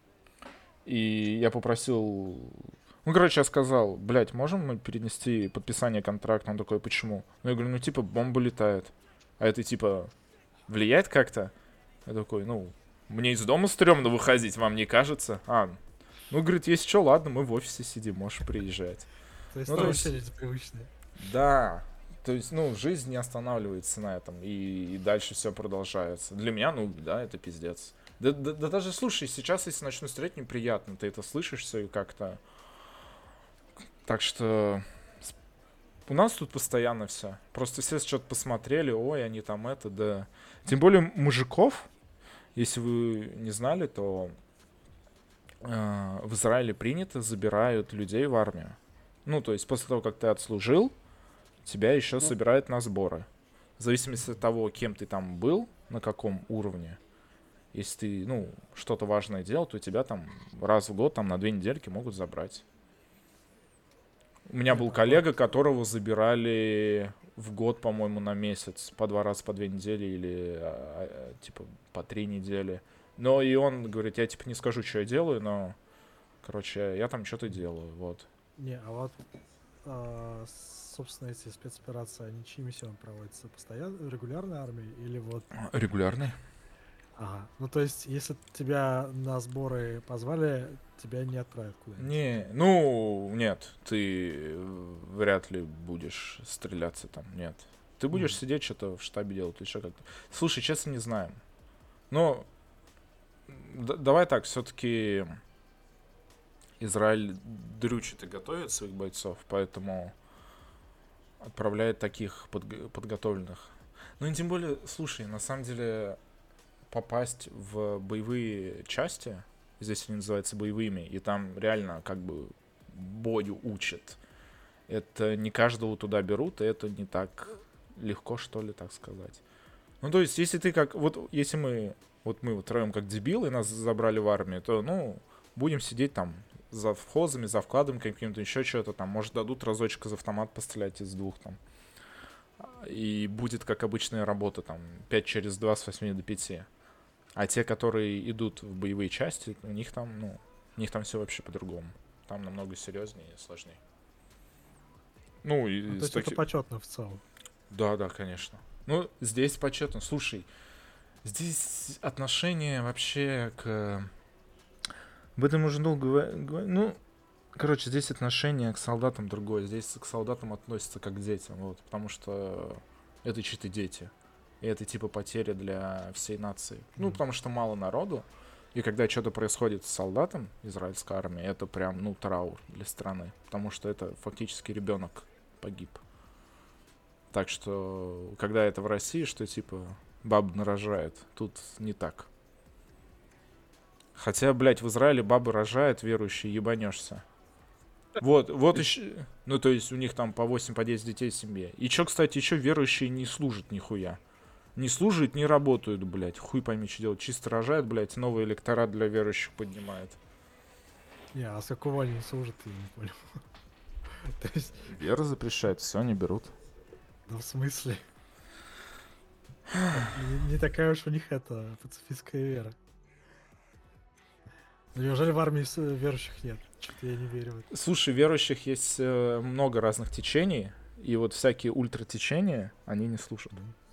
A: И я попросил... Ну, короче, я сказал, блядь, можем мы перенести подписание контракта? Он такой, почему? Ну, я говорю, ну, типа, бомба летает. А это, типа, влияет как-то? Я такой, ну, мне из дома стрёмно выходить, вам не кажется? Ну, говорит, если что, ладно, мы в офисе сидим, можешь приезжать.
B: То есть
A: Ну,
B: там
A: то
B: вообще
A: есть-
B: непривычное.
A: Да, то есть, ну, жизнь не останавливается на этом, и дальше все продолжается. Для меня, ну, да, это пиздец. Да даже, слушай, сейчас, если начну стрелять, неприятно, ты это слышишь все и как-то... Так что у нас тут постоянно все. Просто все что-то посмотрели, ой, они там это, да. Тем более мужиков, если вы не знали, то в Израиле принято забирают людей в армию. Ну, то есть после того, как ты отслужил, тебя еще собирают на сборы. В зависимости от того, кем ты там был, на каком уровне. Если ты, ну, что-то важное делал, то тебя там раз в год, там на 2 недельки могут забрать. У меня был коллега, которого забирали в год, по-моему, на месяц. По 2 раза, по 2 недели или, типа, по 3 недели. Но и он говорит, я, типа, не скажу, что я делаю, но, короче, я там что-то делаю, вот.
B: Не, а вот, собственно, эти спецоперации, они чьими силами проводятся? Постоянно, регулярной армией или вот...
A: Регулярный?
B: Ага, ну то есть, если тебя на сборы позвали, тебя не отправят куда-нибудь?
A: Не, ну, нет, ты вряд ли будешь стреляться там, нет. Ты будешь сидеть что-то в штабе делать или что как-то. Слушай, честно, не знаем. Но давай так, все-таки Израиль дрючит и готовит своих бойцов, поэтому отправляет таких подготовленных. Ну и тем более, слушай, на самом деле попасть в боевые части, здесь они называются боевыми, и там реально как бы бою учат. Это не каждого туда берут, и это не так легко, что ли, так сказать. Ну, то есть, если ты как... Вот если мы вот троем как дебилы, нас забрали в армию, то, ну, будем сидеть там за вхозами, за вкладом каким-то, еще что-то там. Может, дадут разочек из автомата пострелять из 2 там. И будет, как обычная работа, там, 5 через 2 с 8 до 5. А те, которые идут в боевые части, у них там все вообще по-другому. Там намного серьезнее и сложнее. Ну, и
B: Ну, то есть это почетно в целом.
A: Да, конечно. Ну, здесь почетно. Слушай, Здесь отношение вообще к... Об этом уже долго говорить. Ну, короче, здесь отношение к солдатам другое. Здесь к солдатам относятся как к детям, вот, потому что это чьи-то дети. И это типа потеря для всей нации. Ну, потому что мало народу. И когда что-то происходит с солдатом израильской армии, это прям, ну, траур для страны. Потому что это фактически ребенок погиб. Так что, когда это в России, что типа баба нарожает, тут не так. Хотя, блядь, в Израиле бабы рожают, верующие, ебанешься. Вот еще... Ну, то есть у них там по 8, по 10 детей в семье. И чё, кстати, еще верующие не служат нихуя. Не служат, не работают, блядь. Хуй пойми, что делать. Чисто рожают, блядь, новый электорат для верующих поднимает.
B: Не, а с какого они служат, я не понял. То есть,
A: Вера запрещает, все они берут.
B: ну в смысле? Не такая уж у них это пацифистская вера. Ну, неужели в армии верующих нет? Что-то я не верю в это.
A: Слушай, верующих есть много разных течений. И вот всякие ультратечения, они не слушают.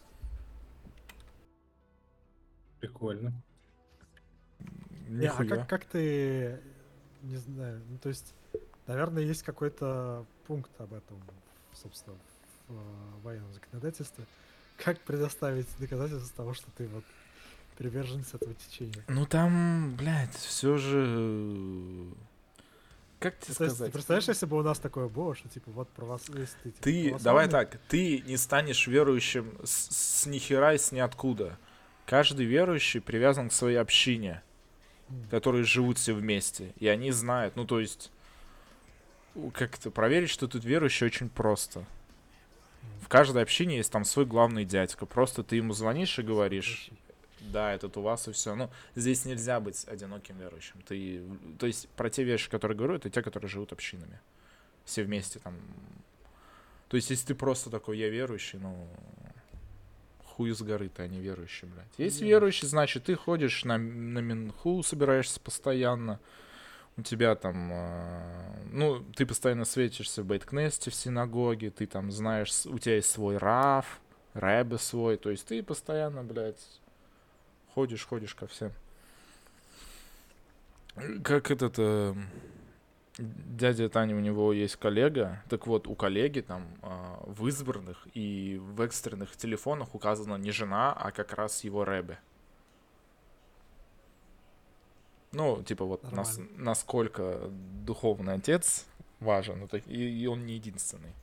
C: Прикольно.
B: Не, а
A: Нихуя.
B: как ты, не знаю, ну то есть, наверное, есть какой-то пункт об этом, собственно, в военном законодательстве. Как предоставить доказательства того, что ты вот приверженец этого течения?
A: Ну там, блядь, все же... Как тебе
B: Ну, то есть, ты
A: сказать?
B: представляешь, если бы у нас такое было, что типа вот про вас, если ты типа,
A: Ты, давай так, ты не станешь верующим с нихера и с ниоткуда. Каждый верующий привязан к своей общине, которые живут все вместе. И они знают, ну то есть, как-то проверить, что тут верующий, очень просто. В каждой общине есть там свой главный дядька. Просто ты ему звонишь и говоришь, да, этот у вас и все. Ну, здесь нельзя быть одиноким верующим. Ты, то есть, про те вещи, которые говорю, это те, которые живут общинами. Все вместе там. То есть, если ты просто такой, я верующий, ну, хуй с горы ты, а не верующий, блядь. Если верующий, значит, ты ходишь на Минху, собираешься постоянно. У тебя там, ну, ты постоянно светишься в Бейткнесте, в синагоге, ты там знаешь, у тебя есть свой рав, рэбе свой, то есть ты постоянно, блядь, ходишь ко всем. Как этот дядя Таня, у него есть коллега, так вот, у коллеги там в избранных и в экстренных телефонах указана не жена, а как раз его рэбе. Ну, типа вот
B: Нормально.
A: насколько духовный отец важен, ну, и он не единственный.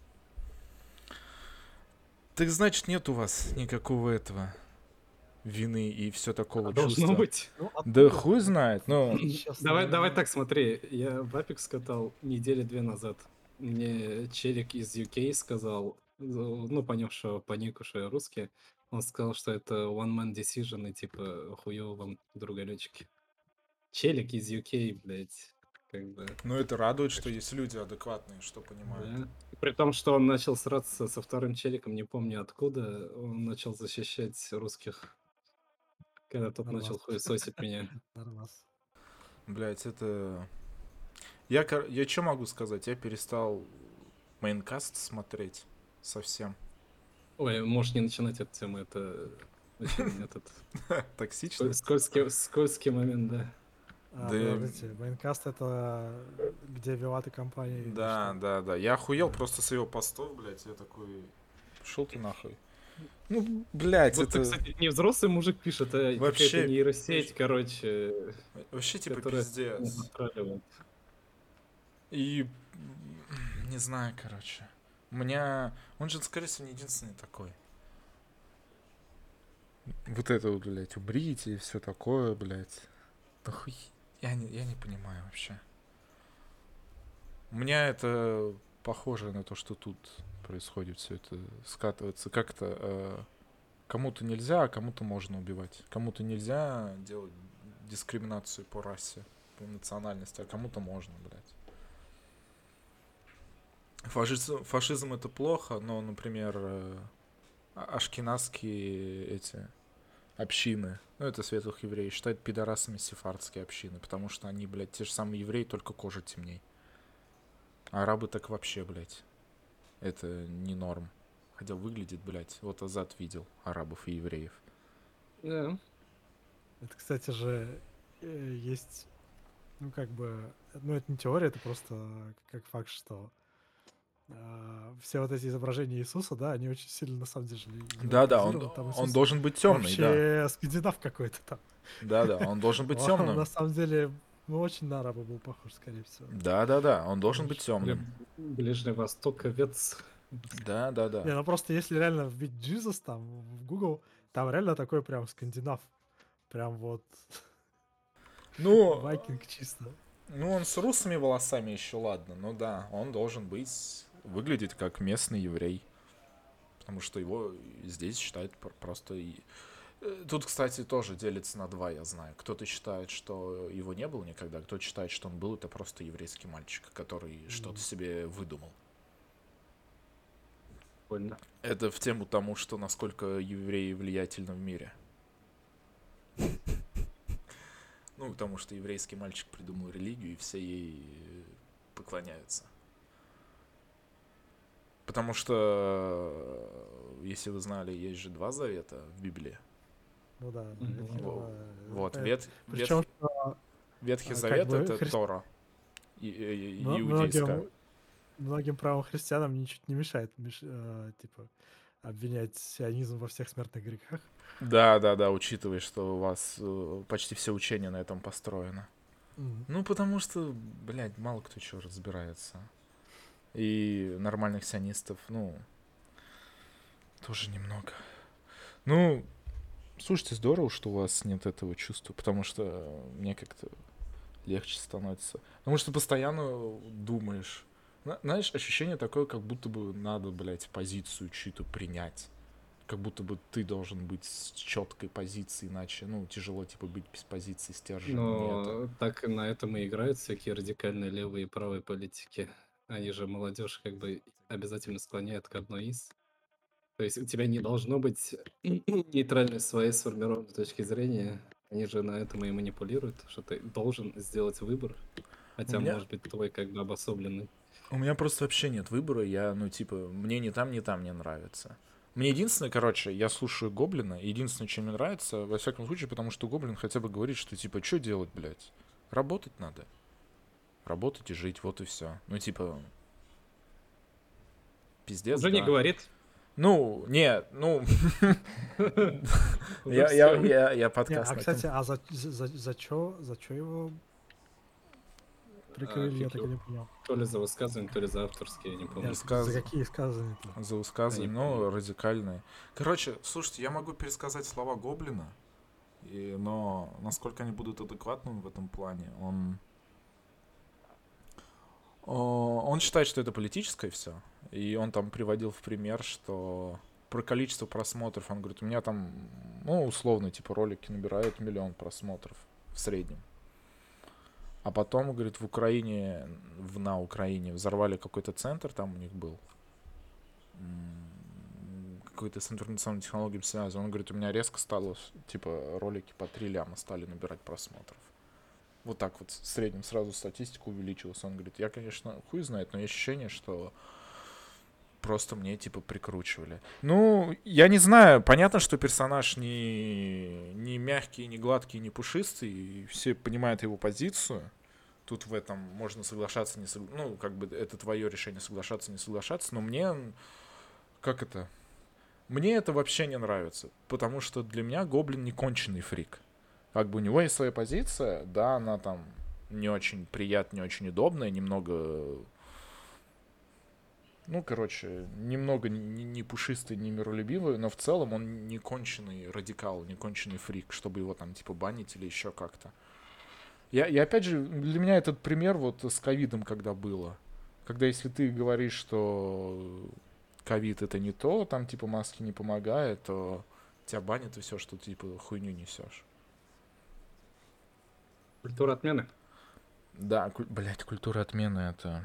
A: Так значит, нет у вас никакого этого вины и все такого
C: А должно
A: чувства.
C: быть.
B: Ну,
A: Да
B: откуда?
A: хуй знает, но...
B: Честно,
C: Давай так, смотри. Я в Apex катал недели 2 назад. Мне челик из UK сказал, ну, поняв, что по нику, что я русский, он сказал, что это one-man decision, и типа хуёво вам, другалечки. Челик из UK, блядь, как бы,
A: Ну, это радует, что есть люди адекватные, что понимают.
C: да. При том, что он начал сраться со вторым челиком, не помню откуда, он начал защищать русских, когда тот начал
B: нормас.
C: хуесосить меня.
B: Нормас.
A: Блять, это... Я что могу сказать? Я перестал мейнкаст смотреть совсем.
C: Ой, можешь не начинать эту тему, это очень этот
A: Токсично?
C: скользкий момент, да.
B: А,
A: Да,
B: подождите, Майнкаст это где вилаты компании или
A: да,
B: что?
A: да, да. Я охуел просто с его постов, блядь. Я такой... Пошел ты нахуй. Ну, блядь,
C: Вот,
A: это...
C: кстати, не взрослый мужик пишет, а какая-то
A: Вообще...
C: нейросеть, короче,
A: Вообще, типа,
C: которая
A: пиздец.
C: отправила.
A: И... Не знаю, короче. У меня... Он же, скорее всего, не единственный такой. Вот это вот, блядь, убрите и все такое, блядь. Да хуй... Я не понимаю вообще. У меня это похоже на то, что тут происходит все это. Скатывается как-то... кому-то нельзя, а кому-то можно убивать. Кому-то нельзя делать дискриминацию по расе, по национальности, а кому-то можно, блядь. Фашизм это плохо, но, например, ашкеназские эти общины, ну это светлых евреев, считают пидорасами сефардские общины, потому что они, блядь, те же самые евреи, только кожа темней. А арабы так вообще, блядь, это не норм. Хотя выглядит, блядь, вот Азат видел арабов и евреев.
C: Да.
B: Это, кстати же, есть, ну, как бы, ну, это не теория, это просто как факт, что все вот эти изображения Иисуса, да, они очень сильно, на самом деле,
A: Да-да,
B: европеизированы. Там
A: он
B: Иисус
A: должен быть темный, да.
B: вообще скандинав какой-то там.
A: Да-да, он должен быть
B: Он, на
A: темным.
B: самом деле, ну, очень на араба был похож, скорее всего.
A: Да-да-да, он должен быть
B: Очень.
A: темным.
C: Ближний Восток, овец.
A: Да-да-да.
B: Не, ну просто если реально вбить Jesus там в Google, там реально такой прям скандинав. Прям вот
A: Ну,
B: вайкинг чисто.
A: ну, он с русыми волосами еще ладно, ну да, он должен быть, выглядеть как местный еврей. Потому что его здесь считают просто... Тут, кстати, тоже делится на два, я знаю. Кто-то считает, что его не было никогда, кто-то считает, что он был, это просто еврейский мальчик, который что-то себе выдумал.
C: Прикольно.
A: Это в тему тому, что насколько евреи влиятельны в мире. Ну, потому что еврейский мальчик придумал религию, и все ей поклоняются. Потому что, если вы знали, есть же два завета в Библии.
B: Ну да,
A: Вот,
B: причем
A: Ветхий
B: как
A: Завет —
B: бы
A: это Тора, иудейская.
B: многим правым христианам ничуть не мешает, типа, обвинять сионизм во всех смертных грехах.
A: Да, учитывая, что у вас почти все учения на этом построено.
B: Мгм.
A: Ну, потому что, блядь, мало кто чего разбирается. И нормальных сионистов, ну, тоже немного. Ну, слушайте, здорово, что у вас нет этого чувства, потому что мне как-то легче становится. Потому что постоянно думаешь. Знаешь, ощущение такое, как будто бы надо, блядь, позицию чью-то принять. Как будто бы ты должен быть с четкой позицией, иначе, ну, тяжело, типа, быть без позиции стержня. Мне это...
C: Но так на этом и играют всякие радикальные левые и правые политики. Они же молодежь как бы обязательно склоняют к одной из. То есть у тебя не должно быть нейтральной своей сформированной точки зрения. Они же на этом и манипулируют, что ты должен сделать выбор,
A: У
C: хотя
A: меня,
C: может быть твой как бы обособленный.
A: у меня просто вообще нет выбора. Я, ну, типа, мне ни там не нравится. Мне единственное, короче, я слушаю Гоблина. Единственное, чем мне нравится, во всяком случае, потому что Гоблин хотя бы говорит, что, типа, что делать, блядь? Работать надо. Работать и жить, вот и все. Ну, типа, пиздец,
C: Уже не
A: да.
C: говорит.
A: Ну, нет, ну,
C: Уже все.
A: я
B: Не,
A: подкаст
B: а
A: на
B: кстати, а за чё его прикрыли, я
C: Фиг
B: так и
C: его.
B: не понял.
C: То ли за высказывание, то ли за авторские, я не помню.
B: Нет,
A: Высказывание.
B: за какие сказаны-то?
A: За
C: Я
A: высказывание,
C: не
A: ну,
C: помню.
A: радикальные. Короче, слушайте, я могу пересказать слова Гоблина, но насколько они будут адекватными в этом плане, он считает, что это политическое все, и он там приводил в пример, что про количество просмотров, он говорит, у меня там, ну, условно, типа, ролики набирают 1 миллион просмотров в среднем. А потом, говорит, на Украине взорвали какой-то центр, там у них был, какой-то с информационными технологиями связан. Он говорит, у меня резко стало, типа, ролики по 3 ляма стали набирать просмотров. Вот так вот в среднем сразу статистика увеличилась. Он говорит, я, конечно, хуй знает, но есть ощущение, что просто мне, типа, прикручивали. Ну, я не знаю, понятно, что персонаж не мягкий, не гладкий, не пушистый, и все понимают его позицию. Тут в этом можно соглашаться, ну, как бы это твое решение, соглашаться, не соглашаться, но мне, как это, мне это вообще не нравится, потому что для меня Гоблин не конченый фрик. Как бы у него есть своя позиция, да, она там не очень приятная, не очень удобная, немного, ну, короче, немного не пушистый, не миролюбивый, но в целом он не конченый радикал, не конченый фрик, чтобы его там типа банить или еще как-то. Я опять же, для меня этот пример вот с ковидом, когда было. Когда если ты говоришь, что ковид это не то, там типа маски не помогают, то тебя банят и все, что ты типа хуйню несешь.
C: Культура отмены.
A: Да, блять, культура отмены это...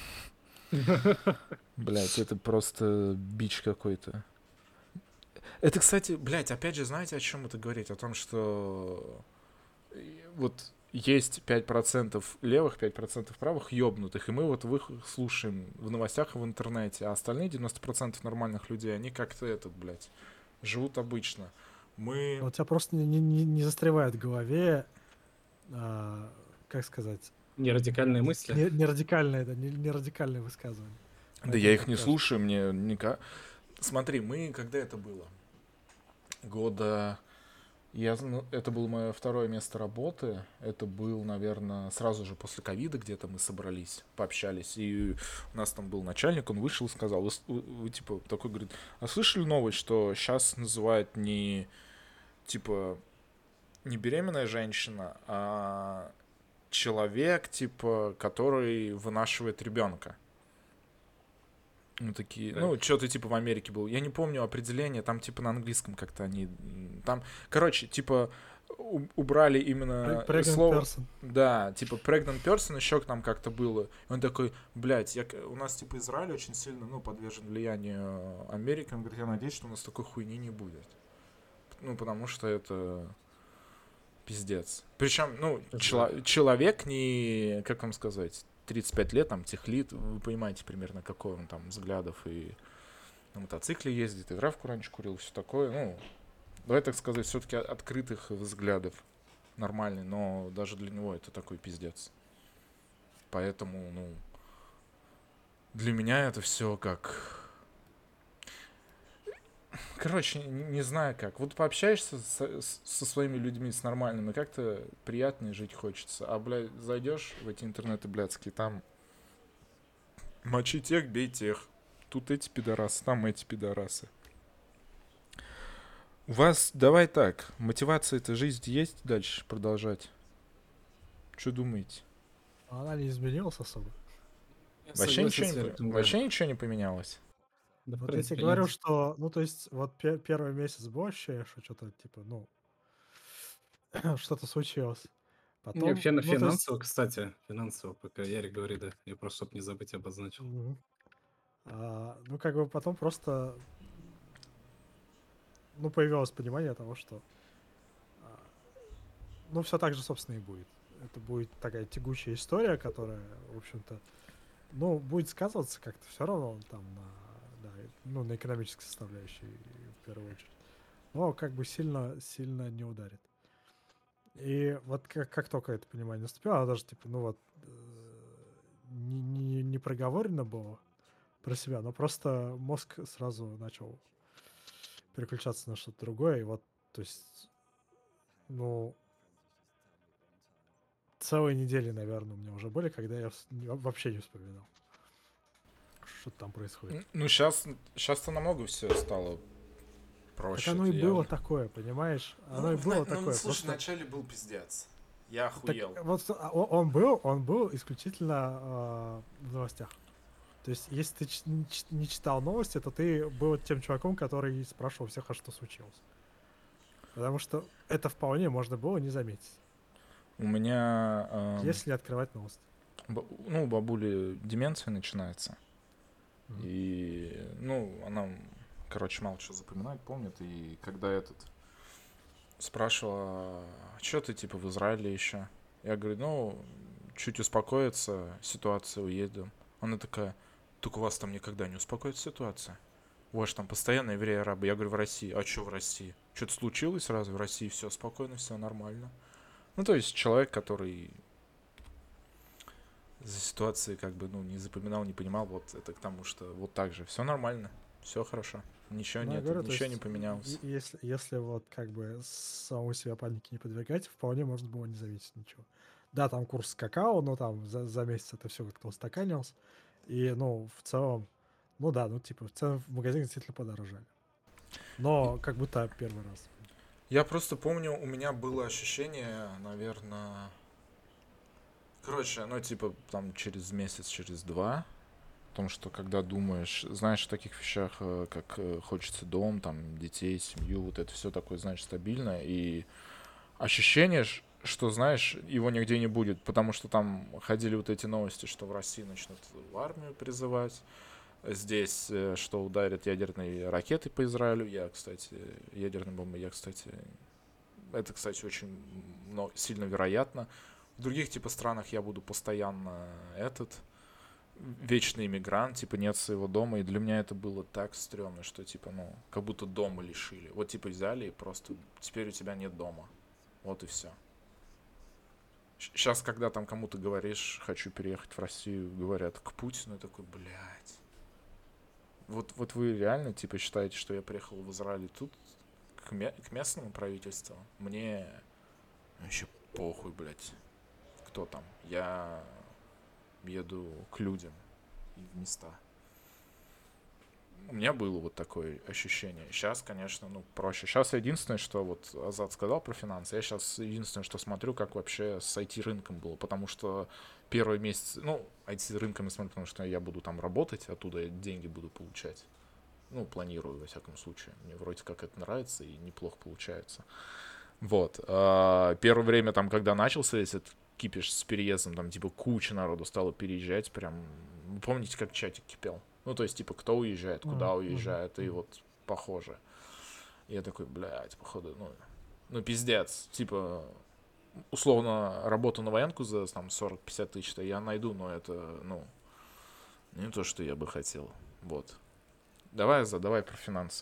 A: Блять, это просто бич какой-то. Это, кстати, блять, опять же, знаете, о чем это говорить? О том, что вот есть 5% левых, 5% правых ёбнутых, и мы вот их слушаем в новостях и в интернете, а остальные 90% нормальных людей, они как-то блядь, живут обычно. Мы...
B: Но у тебя просто не застревает в голове, как сказать,
C: Не радикальные мысли.
B: не радикальное, да, не радикальное высказывание.
A: Да я
B: Поэтому
A: их
B: так
A: не
B: кажется.
A: слушаю, мне никак... Смотри, мы... Когда это было? Года... это было мое второе место работы. Это был, наверное, сразу же после ковида где-то мы собрались, пообщались. И у нас там был начальник, он вышел и сказал, вы, типа, такой, говорит, а слышали новость, что сейчас называют не, типа, не беременная женщина, а человек, типа, который вынашивает ребенка. Ну, такие,
C: Так.
A: ну, что-то типа в Америке был. Я не помню определение, там типа на английском как-то они... Там, короче, типа убрали именно
B: Pregnant
A: слово...
B: person.
A: Да, типа pregnant person еще к нам как-то было. И он такой, блядь, у нас типа Израиль очень сильно, ну, подвержен влиянию Америки. Он говорит, я надеюсь, что у нас такой хуйни не будет. Ну, потому что это пиздец. Причем, ну, человек не, как вам сказать, 35 лет, там, техлит, вы понимаете примерно, какой он там взглядов, и на мотоцикле ездит, и травку раньше курил, все такое, ну, давай так сказать, все-таки открытых взглядов нормальный, но даже для него это такой пиздец. Поэтому, ну, для меня это все как... Короче, не знаю как. Вот пообщаешься со своими людьми, с нормальными, как-то приятно и жить хочется. А, блядь, зайдешь в эти интернеты блядские, там мочи тех, бей тех. Тут эти пидорасы, там эти пидорасы. У вас, давай так, мотивация-то жизнь есть дальше продолжать? Что думаете?
B: Она не изменилась особо.
C: Я
A: Вообще
C: согласен с Яриком, да.
A: вообще ничего не поменялось?
C: Да, в
B: Вот я тебе
C: принципе,
B: говорю,
C: нет.
B: что, ну, то есть, вот первый месяц было ощущение, что что-то, типа, ну, что-то случилось.
C: Не,
B: Потом,
C: вообще на
B: ну, то есть,
C: финансово, кстати, финансово, пока Ярик говорит, да, я просто, чтобы не забыть, обозначил.
B: ну, как бы потом просто, ну, появилось понимание того, что, а, ну, все так же, собственно, и будет. Это будет такая тягучая история, которая, в общем-то, ну, будет сказываться как-то все равно там да, ну, на экономической составляющей в первую очередь. Но как бы сильно не ударит. И вот как только это понимание наступило, оно даже типа, ну вот, не проговорено было про себя, но просто мозг сразу начал переключаться на что-то другое. И вот, то есть, ну, целые недели, наверное, у меня уже были, когда я вообще не вспоминал, что там происходит.
A: Ну, сейчас-то намного все стало проще.
B: Так оно и было такое, понимаешь? Оно и было такое.
A: Слушай,
B: Просто
A: вначале был пиздец. Я
B: так,
A: охуел.
B: вот он был исключительно в новостях. То есть, если ты не читал новости, то ты был тем чуваком, который спрашивал всех, а что случилось. Потому что это вполне можно было не заметить,
A: У меня,
B: если не открывать новости.
A: ну, у бабули деменция начинается.
B: Мгм.
A: И, ну, она, короче, мало что запоминает, помнит. И когда спрашивала, что ты, типа, в Израиле еще? Я говорю, ну, чуть успокоится ситуация, уеду. Она такая, так у вас там никогда не успокоится ситуация? У вас там постоянно евреи-арабы. Я говорю, в России. А что в России? Что-то случилось разве? В России все спокойно, все нормально. Ну, то есть человек, который за ситуацией как бы, ну, не запоминал, не понимал, вот это к тому, что вот так же. Все нормально, все хорошо. Ничего
B: Ну, я
A: нет,
B: говорю, то
A: ничего не
B: есть,
A: поменялось.
B: если вот как бы самому себя панике не подвергать, вполне можно было не заметить ничего. Да, там курс какао, но там за месяц это все как-то устаканилось. И, ну, в целом, ну да, ну, типа, цены в магазине действительно подорожали. Но как будто первый раз.
A: Я просто помню, у меня было ощущение, наверное... Короче, ну, типа, там, через месяц, через два, о том, что когда думаешь, знаешь, о таких вещах, как хочется дом, там, детей, семью, вот это все такое, знаешь, стабильное, и ощущение, что, знаешь, его нигде не будет, потому что там ходили вот эти новости, что в России начнут в армию призывать, здесь, что ударят ядерные ракеты по Израилю, ядерные бомбы, это, кстати, очень сильно вероятно. В других, типа, странах я буду постоянно вечный иммигрант, типа, нет своего дома, и для меня это было так стрёмно, что, типа, ну, как будто дома лишили. Вот, типа, взяли и просто теперь у тебя нет дома. Вот и все. Сейчас, когда там кому-то говоришь, хочу переехать в Россию, говорят, к Путину, и такой, блядь. Вот вы реально, типа, считаете, что я приехал в Израиль и тут к местному правительству? Мне вообще похуй, блядь, кто там. Я еду к людям и в места. У меня было вот такое ощущение. Сейчас, конечно, ну, проще. Сейчас единственное, что вот Азат сказал про финансы, я сейчас единственное, что смотрю, как вообще с IT-рынком было, потому что первый месяц, ну, IT-рынком я смотрю, потому что я буду там работать, оттуда я деньги буду получать. Ну, планирую, во всяком случае. Мне вроде как это нравится и неплохо получается. Вот. Первое время, там, когда начался весь этот кипиш с переездом, там, типа, куча народу стало переезжать, прям, вы помните, как чатик кипел? Ну, то есть, типа, кто уезжает, куда уезжает, и вот похоже. И я такой, блядь, походу, ну, пиздец. Типа, условно, работу на военку за, там, 40-50 тысяч-то я найду, но это, ну, не то, что я бы хотел. Вот. Давай про финансы.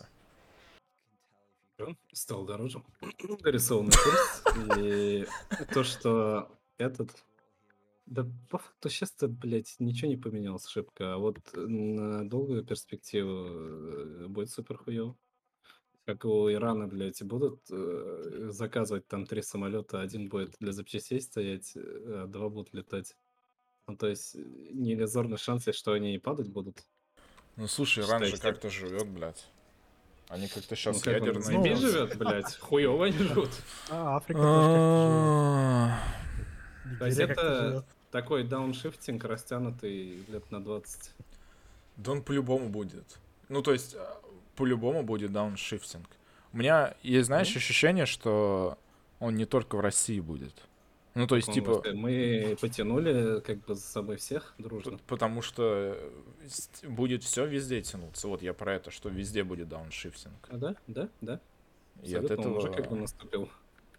C: Стал дороже. Нарисованный курс. И то, что этот... Да по факту сейчас-то, блядь, ничего не поменялось шибко. А вот на долгую перспективу будет супер хуёво. Как у Ирана, блядь, будут заказывать там 3 самолета, один будет для запчастей стоять, а 2 будут летать. Ну, то есть не иллюзорный шанс, есть, что они и падать будут.
A: Ну, слушай, Иран же
C: Считайте.
A: как-то живет, блядь. Они как-то
C: Ну,
A: сейчас
C: как он,
A: ядерные
C: заебись
B: Ну,
C: живет, блядь, хуёво они живут.
B: Африка тоже как-то
A: А,
B: живет.
C: То есть
B: Нигерия как-то
C: это
B: живет.
C: такой дауншифтинг, растянутый лет на 20.
A: Да он по-любому будет. Ну, то есть, по-любому будет дауншифтинг. У меня есть, знаешь,
C: Ну,
A: ощущение, что он не только в России будет. Ну, то есть,
C: он
A: типа,
C: вообще- мы потянули как бы за собой всех дружно.
A: потому что будет все везде тянуться. Вот я про это, что везде будет дауншифтинг.
C: А да, да, да.
A: И от
C: Абсолютно, он уже как бы
A: этого
C: наступил.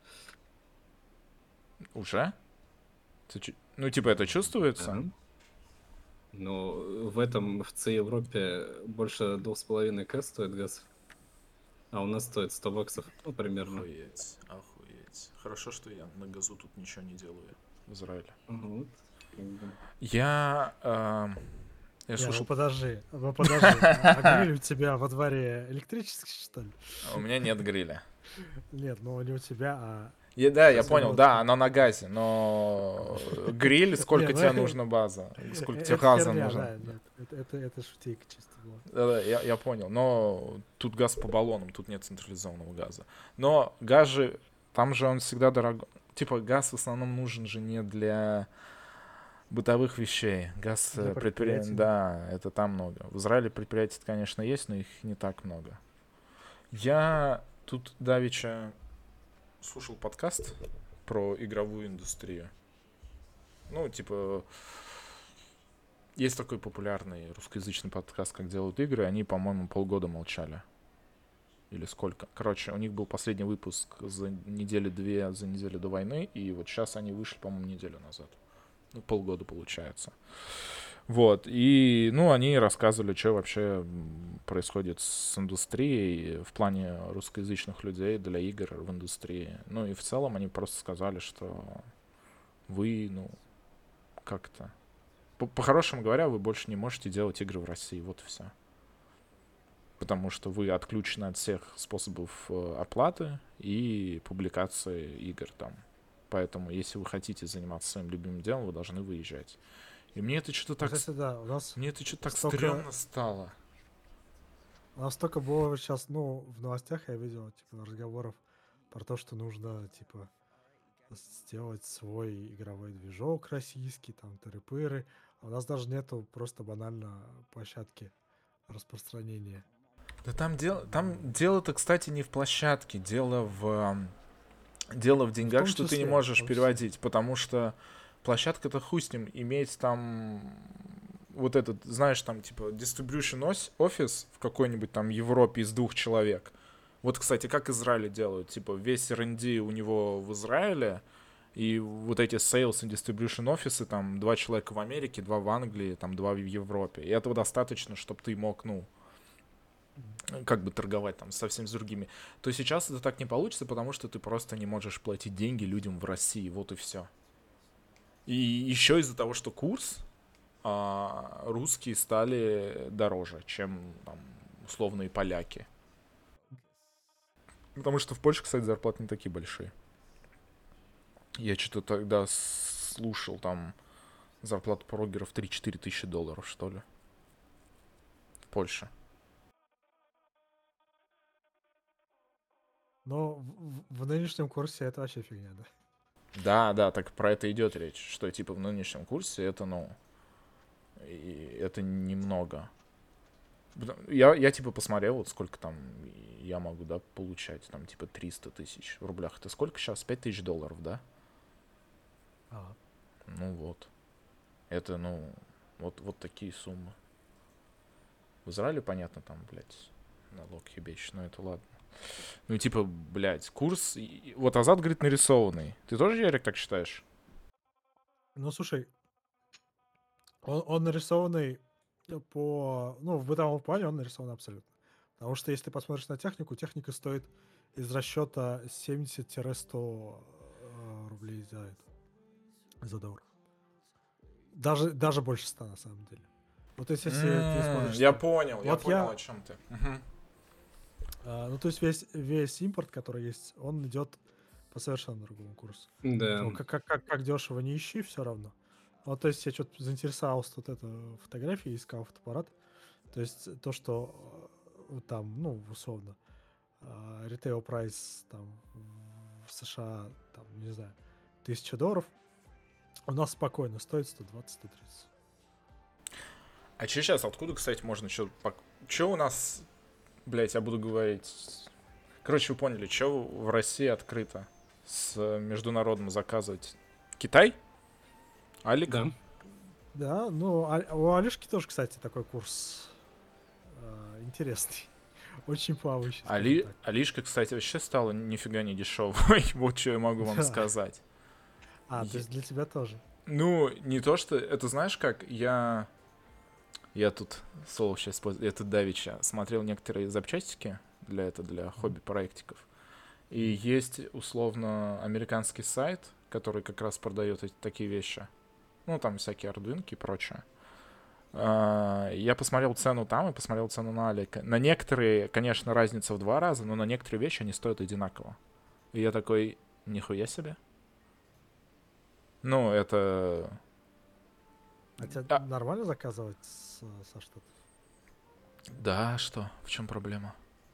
A: уже? Ну, типа, это чувствуется?
C: Ага. Но в этом, в Европе больше 2,5 К стоит газ, а у нас стоит 100 баксов, ну, примерно.
A: Охуеть, охуеть. Хорошо, что я на газу тут ничего не делаю в Израиле.
C: Вот. Как бы.
A: Я
B: Не,
A: слушал...
B: ну подожди. А гриль у тебя во дворе электрический, что ли?
A: У меня нет гриля.
B: Нет, ну не у тебя, а...
A: Да, я
B: Сейчас
A: понял,
B: вот-
A: да, она на газе, но гриль, сколько
B: Не, ну
A: тебе
B: это-
A: нужно база, сколько тебе
B: Это
A: газа
B: херня,
A: нужно.
B: да, нет, это шутейка чисто была.
A: Да, я понял, но тут газ по баллонам, тут нет централизованного газа. Но газ же, там же он всегда дорогой. Типа газ в основном нужен же не для бытовых вещей. Газ
B: Для
A: предприятий,
B: предприятий.
A: да, это там много. В Израиле предприятий, конечно, есть, но их не так много. Я тут давеча слушал подкаст про игровую индустрию. Ну, типа, есть такой популярный русскоязычный подкаст, как делают игры. Они, по-моему, полгода молчали. Или сколько. Короче, у них был последний выпуск за неделю до войны. И вот сейчас они вышли, по-моему, неделю назад. Ну, полгода получается. Вот. И, ну, они рассказывали, что вообще происходит с индустрией в плане русскоязычных людей для игр в индустрии. Ну, и в целом они просто сказали, что вы, ну, как-то... По-хорошему говоря, вы больше не можете делать игры в России. Вот и все. Потому что вы отключены от всех способов оплаты и публикации игр там. Поэтому, если вы хотите заниматься своим любимым делом, вы должны выезжать. И мне это что-то так...
B: Кстати, да, у нас
A: Мне это что-то так
B: столько-
A: стрёмно стало.
B: столько было сейчас, ну, в новостях я видел, типа, разговоров про то, что нужно, типа, сделать свой игровой движок российский, там, тыры-пыры. А у нас даже нету просто банально площадки распространения.
A: Да там дело-то, кстати, не в площадке, дело в деньгах, что ты не
B: числе, в
A: можешь
B: том числе.
A: переводить, потому что площадка-то хуй с ним, иметь там вот этот, знаешь, там типа distribution офис в какой-нибудь там Европе из 2 человек. Вот, кстати, как Израиль делают, типа весь R&D у него в Израиле, И вот эти sales and distribution офисы, там 2 человека в Америке, 2 в Англии, там 2 в Европе. И этого достаточно, чтобы ты мог, ну, как бы торговать там совсем с другими. То сейчас это так не получится, потому что ты просто не можешь платить деньги людям в России. Вот и все. И еще из-за того, что курс, русские стали дороже, чем там, условные поляки. Потому что в Польше, кстати, зарплаты не такие большие. Я что-то тогда слушал, там зарплата прогеров 3-4 тысячи долларов, что ли. В Польше.
B: Но в нынешнем курсе это вообще фигня, да?
A: Да, да, так про это идет речь, что типа в нынешнем курсе это, ну, и это немного. Я типа посмотрел, вот сколько там я могу, да, получать, там типа 300 тысяч в рублях. Это сколько сейчас? 5 тысяч долларов, да?
B: Ага.
A: Ну вот. Это, ну, вот такие суммы. В Израиле, понятно, там, блядь, налог ебечь, но это ладно. Ну, типа, блядь, курс... Вот Азат говорит нарисованный. Ты тоже, Ярик, так считаешь?
B: Ну, слушай, он нарисованный по... Ну, в бытовом плане он нарисован абсолютно. Потому что если ты посмотришь на технику, техника стоит из расчета 70-100 рублей за доллар. Даже больше 100 на самом деле. Вот то есть, если ты смотришь...
A: Я
B: там,
A: понял,
B: вот я-
A: о чем ты. Мгм.
B: ну, то есть весь импорт, который есть, он идет по совершенно другому курсу.
C: Да.
B: Ну, как дешево не ищи, все равно. Вот, то есть я что-то заинтересовался вот этой фотографией, искал фотоаппарат. То есть то, что там, ну, условно, ритейл прайс там в США, там, не знаю, $1000, у нас спокойно стоит 120-130.
A: А че сейчас? Откуда, кстати, можно что... Че у нас... Блять, я буду говорить... Короче, вы поняли, что в России открыто с международным заказывать? Китай? Алик?
C: Да.
B: Да, ну, у Алишки тоже, кстати, такой курс интересный. Очень плавающий. скажем так.
A: Алишка, кстати, вообще стала нифига не дешевой. Вот что я могу вам
B: Да.
A: сказать.
B: То есть для тебя тоже.
A: Ну, не то, что... Это знаешь как? Я тут слово сейчас использую. Я тут давеча смотрел некоторые запчастики для хобби-проектиков. И есть, условно, американский сайт, который как раз продает такие вещи. Ну, там всякие ардуинки и прочее. Я посмотрел цену там и посмотрел цену на Алика. На некоторые, конечно, разница в 2 раза, но на некоторые вещи они стоят одинаково. И я такой, нихуя себе. Ну, это...
B: А тебе нормально заказывать со штатов?
A: Да, что? В чем проблема?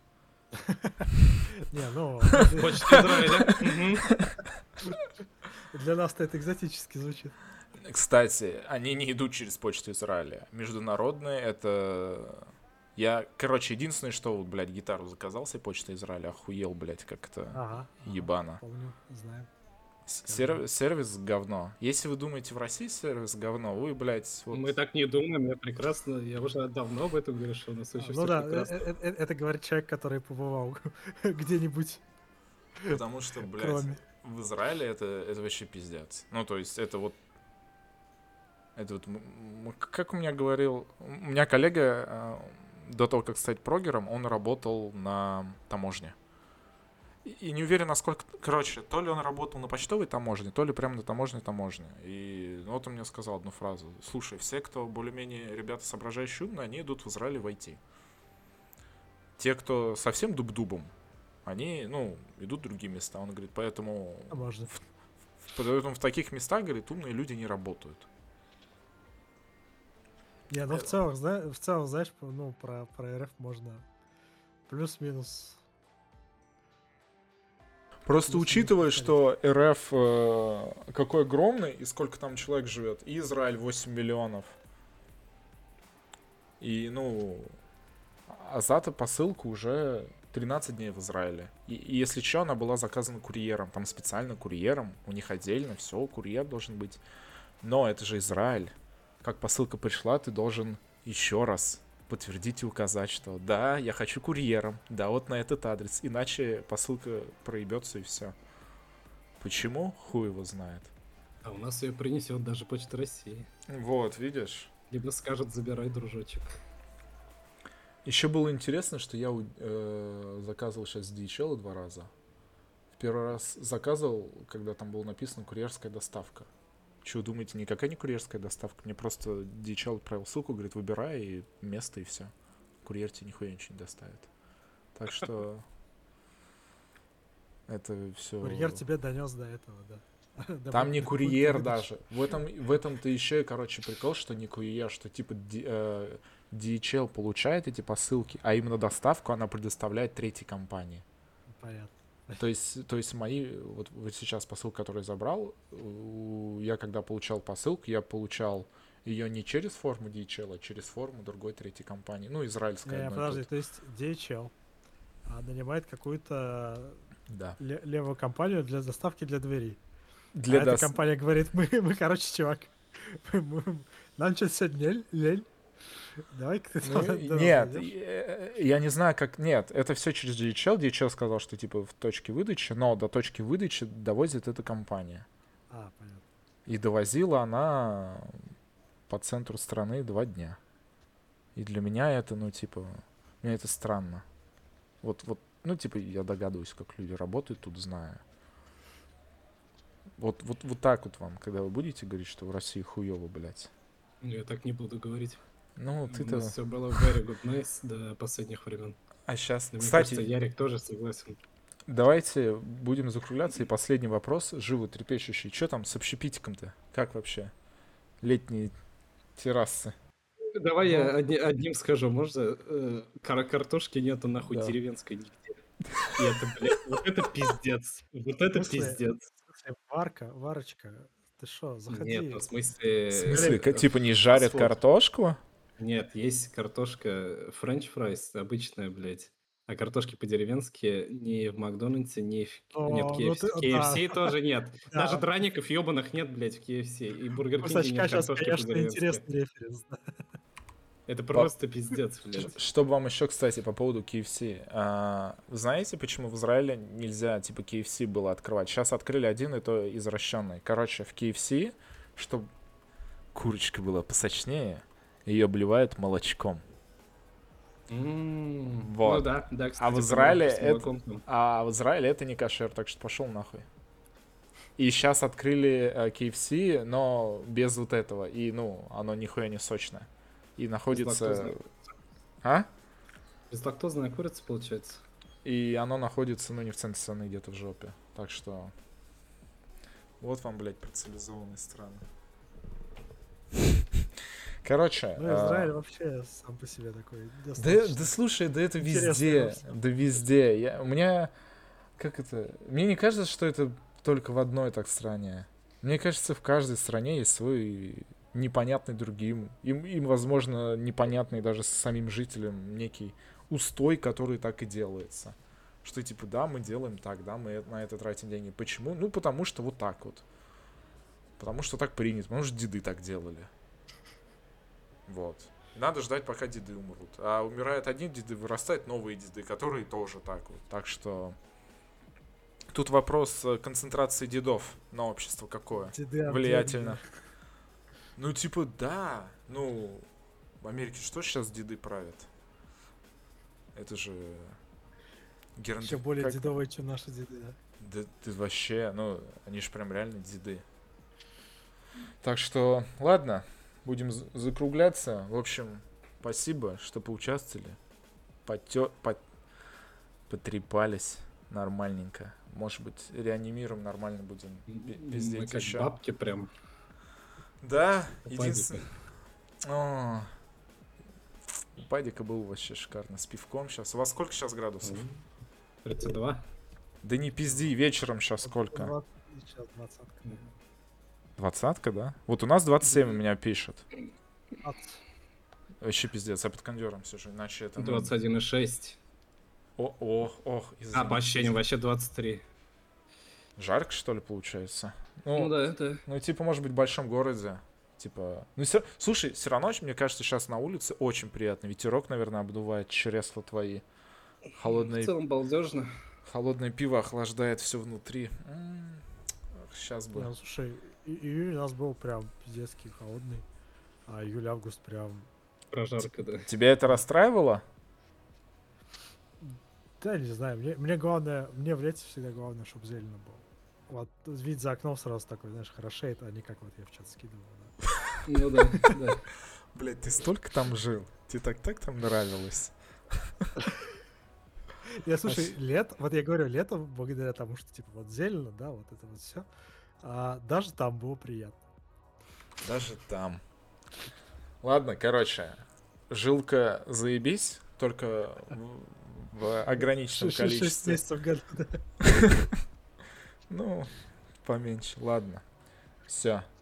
B: Не, ну,
C: Почта Израиля.
B: для нас-то это экзотически звучит.
A: Кстати, они не идут через почту Израиля. Международные это... единственное, что, вот, блядь, гитару заказал себе почта Израиля, охуел, блядь, как это
B: Ага.
A: ебано.
B: Помню, знаем.
A: Сервис говно. Если вы думаете, в России сервис говно, вы, блядь, вот...
C: Мы так не думаем, я прекрасно, я уже давно об этом говорю, что у нас очень
B: Ну
C: все
B: да,
C: прекрасно.
B: это говорит человек, который побывал где-нибудь,
A: Потому что, блядь,
B: кроме.
A: в Израиле это вообще пиздец. Ну, то есть, это вот... Как у меня говорил... У меня коллега, до того, как стать прогером, он работал на таможне. И не уверен, насколько... Короче, то ли он работал на почтовой таможне, то ли прямо на таможне. И вот он мне сказал одну фразу. Слушай, все, кто более-менее ребята соображающие умные, они идут в Израиле в IT. Те, кто совсем дуб-дубом, они, ну, идут в другие места. Он говорит, поэтому...
B: Можно.
A: Поэтому в таких местах, говорит, умные люди не работают.
B: Не, ну в целом, знаешь, ну, про РФ можно плюс-минус.
A: Просто
B: Плюс-минус
A: учитывая,
B: повторить.
A: что РФ какой огромный и сколько там человек живет, и Израиль 8 миллионов. И, ну, Азата посылка уже 13 дней в Израиле. И если что, она была заказана курьером. Там специально курьером. У них отдельно все, курьер должен быть. Но это же Израиль. Как посылка пришла, ты должен еще раз подтвердить и указать, что да, я хочу курьером, да, вот на этот адрес. Иначе посылка проебется и все. Почему? Хуй его знает.
C: А у нас ее принесет даже Почта России.
A: Вот, видишь?
C: Либо скажет, забирай, дружочек.
A: Еще было интересно, что я заказывал сейчас DHL 2 раза. В первый раз заказывал, когда там было написано курьерская доставка. Чего думаете, никакая не курьерская доставка? Мне просто DHL отправил ссылку, говорит, выбирай и место, и все. Курьер тебе нихуя ничего не доставит. Так что это все.
B: Курьер тебе донес до этого, да.
A: Там не курьер даже. В этом-то еще и, короче, прикол, что не курьер, что типа DHL получает эти посылки, а именно доставку она предоставляет третьей компании.
B: Понятно.
A: То есть мои, вот сейчас посылку, которую я забрал, я когда получал посылку, я получал ее не через форму DHL, а через форму другой третьей компании. Ну, израильской.
B: Подожди, то есть DHL нанимает какую-то
A: Да.
B: левую компанию для доставки для дверей.
A: Для
B: эта компания говорит, мы, короче, чувак, нам что-то сегодня лень. Давай-ка ты
A: нет, я не знаю, как... Нет, это все через DHL. DHL сказал, что типа в точке выдачи, но до точки выдачи довозит эта компания.
B: Понятно.
A: И довозила она по центру страны 2 дня. И для меня это, ну, типа... Мне это странно. Вот, ну, типа, я догадываюсь, как люди работают тут, знаю. Вот так вот вам, когда вы будете говорить, что в России хуёво, блядь.
C: Я так не буду говорить.
A: Ну, ты-то...
C: У нас все было very good nice до последних времен.
A: А сейчас,
C: Мне
A: кстати,
C: кажется, Ярик тоже согласен.
A: давайте будем закругляться. И последний вопрос, живо трепещущий. Что там с общепитиком-то? Как вообще? Летние террасы.
C: Давай я одним скажу, можно? Картошки нету нахуй
A: Да.
C: деревенской нигде. И это, блядь, вот это пиздец. Вот это пиздец.
B: Варочка, ты шо, заходи.
C: Нет, ну, в смысле...
A: В смысле, типа не жарят
C: фастфуд.
A: картошку?
C: Нет, есть картошка френч фрайс обычная, блядь. А картошки по-деревенски ни в Макдональдсе, ни в... Нет, в KFC, в KFC тоже нет. Даже драников ебаных нет, блядь, в KFC. И Бургер Кинге нет
B: сейчас,
C: картошки
B: конечно,
C: по-деревенски.
B: интересный референс. Да.
C: Это просто пиздец, блядь.
A: Чтобы вам еще, кстати, по поводу KFC. Знаете, почему в Израиле нельзя, типа, KFC было открывать? Сейчас открыли один, и то извращенный. Короче, в KFC, чтобы курочка была посочнее, ее обливают молочком. Вот.
C: Ну да, кстати.
A: А в Израиле это не кошер, так что пошел нахуй. И сейчас открыли KFC, но без вот этого. И, ну, оно нихуя не сочное. И находится...
C: Безлактозная курица, получается.
A: И оно находится, ну, не в центре страны, где-то в жопе. Так что... Вот вам, блядь, про цивилизованные страны. Короче...
B: Ну, Израиль вообще сам по себе такой.
A: Да слушай, да это везде. Да везде. У меня... Как это... Мне не кажется, что это только в одной так стране. Мне кажется, в каждой стране есть свой... непонятный другим, им, возможно, непонятный даже самим жителям некий устой, который так и делается. Что типа, да, мы делаем так, да, мы на это тратим деньги. Почему? Ну, потому что вот так вот. Потому что так принято, потому что деды так делали. Вот. Надо ждать, пока деды умрут. А умирают одни деды, вырастают новые деды, которые тоже так вот. Так что... Тут вопрос концентрации дедов на общество какое.
B: Деды
A: влиятельно. Ну, типа, да. Ну, в Америке что сейчас деды правят? Это же...
B: Еще более дедовые, чем наши деды, да?
A: Да ты вообще, ну, они же прям реально деды. Так что, ладно, будем закругляться. В общем, спасибо, что поучаствовали. Потрепались нормальненько. Может быть, реанимируем, нормально будем пиздеть
C: как
A: еще.
C: Бабки прям.
A: Да, единственное... У Падика был вообще шикарно, с пивком сейчас. У вас сколько сейчас градусов?
C: 32.
A: Да не пизди, вечером сейчас сколько?
B: Сейчас 20-ка.
A: 20-ка, да? Вот у нас 27 у меня пишет.
B: 20.
A: Вообще пиздец, я под кондером сижу, иначе это...
C: 21,6.
A: Ох,
C: извините. По ощущениям вообще 23.
A: Жарко, что ли, получается?
C: Ну да.
A: Ну, типа, может быть, в большом городе. Типа... Ну, слушай, все равно, мне кажется, сейчас на улице очень приятно. Ветерок, наверное, обдувает чресла твои.
C: В целом балдежно.
A: Холодное пиво охлаждает все внутри. сейчас
B: Не,
A: бы.
B: ну слушай, июль у нас был прям пиздецкий холодный, а июль-август прям...
C: Прожарка, да.
A: Тебя это расстраивало?
B: Да, не знаю, мне главное, мне в лете всегда главное, чтобы зелено было. Вот вид за окном сразу такой, знаешь, хорошеет, а не как вот я в чат скидывал, да.
C: Ну да, да.
A: Блять, ты столько там жил. Тебе так там нравилось.
B: Я, слушай, вот я говорю, летом, благодаря тому, что, типа, вот зелено, да, вот это вот все, даже там было приятно.
A: Даже там. Ладно, короче. Жилка заебись, только в ограниченном
B: 6
A: количестве.
B: месяцев в году, да.
A: Ну, поменьше. Ладно. Все.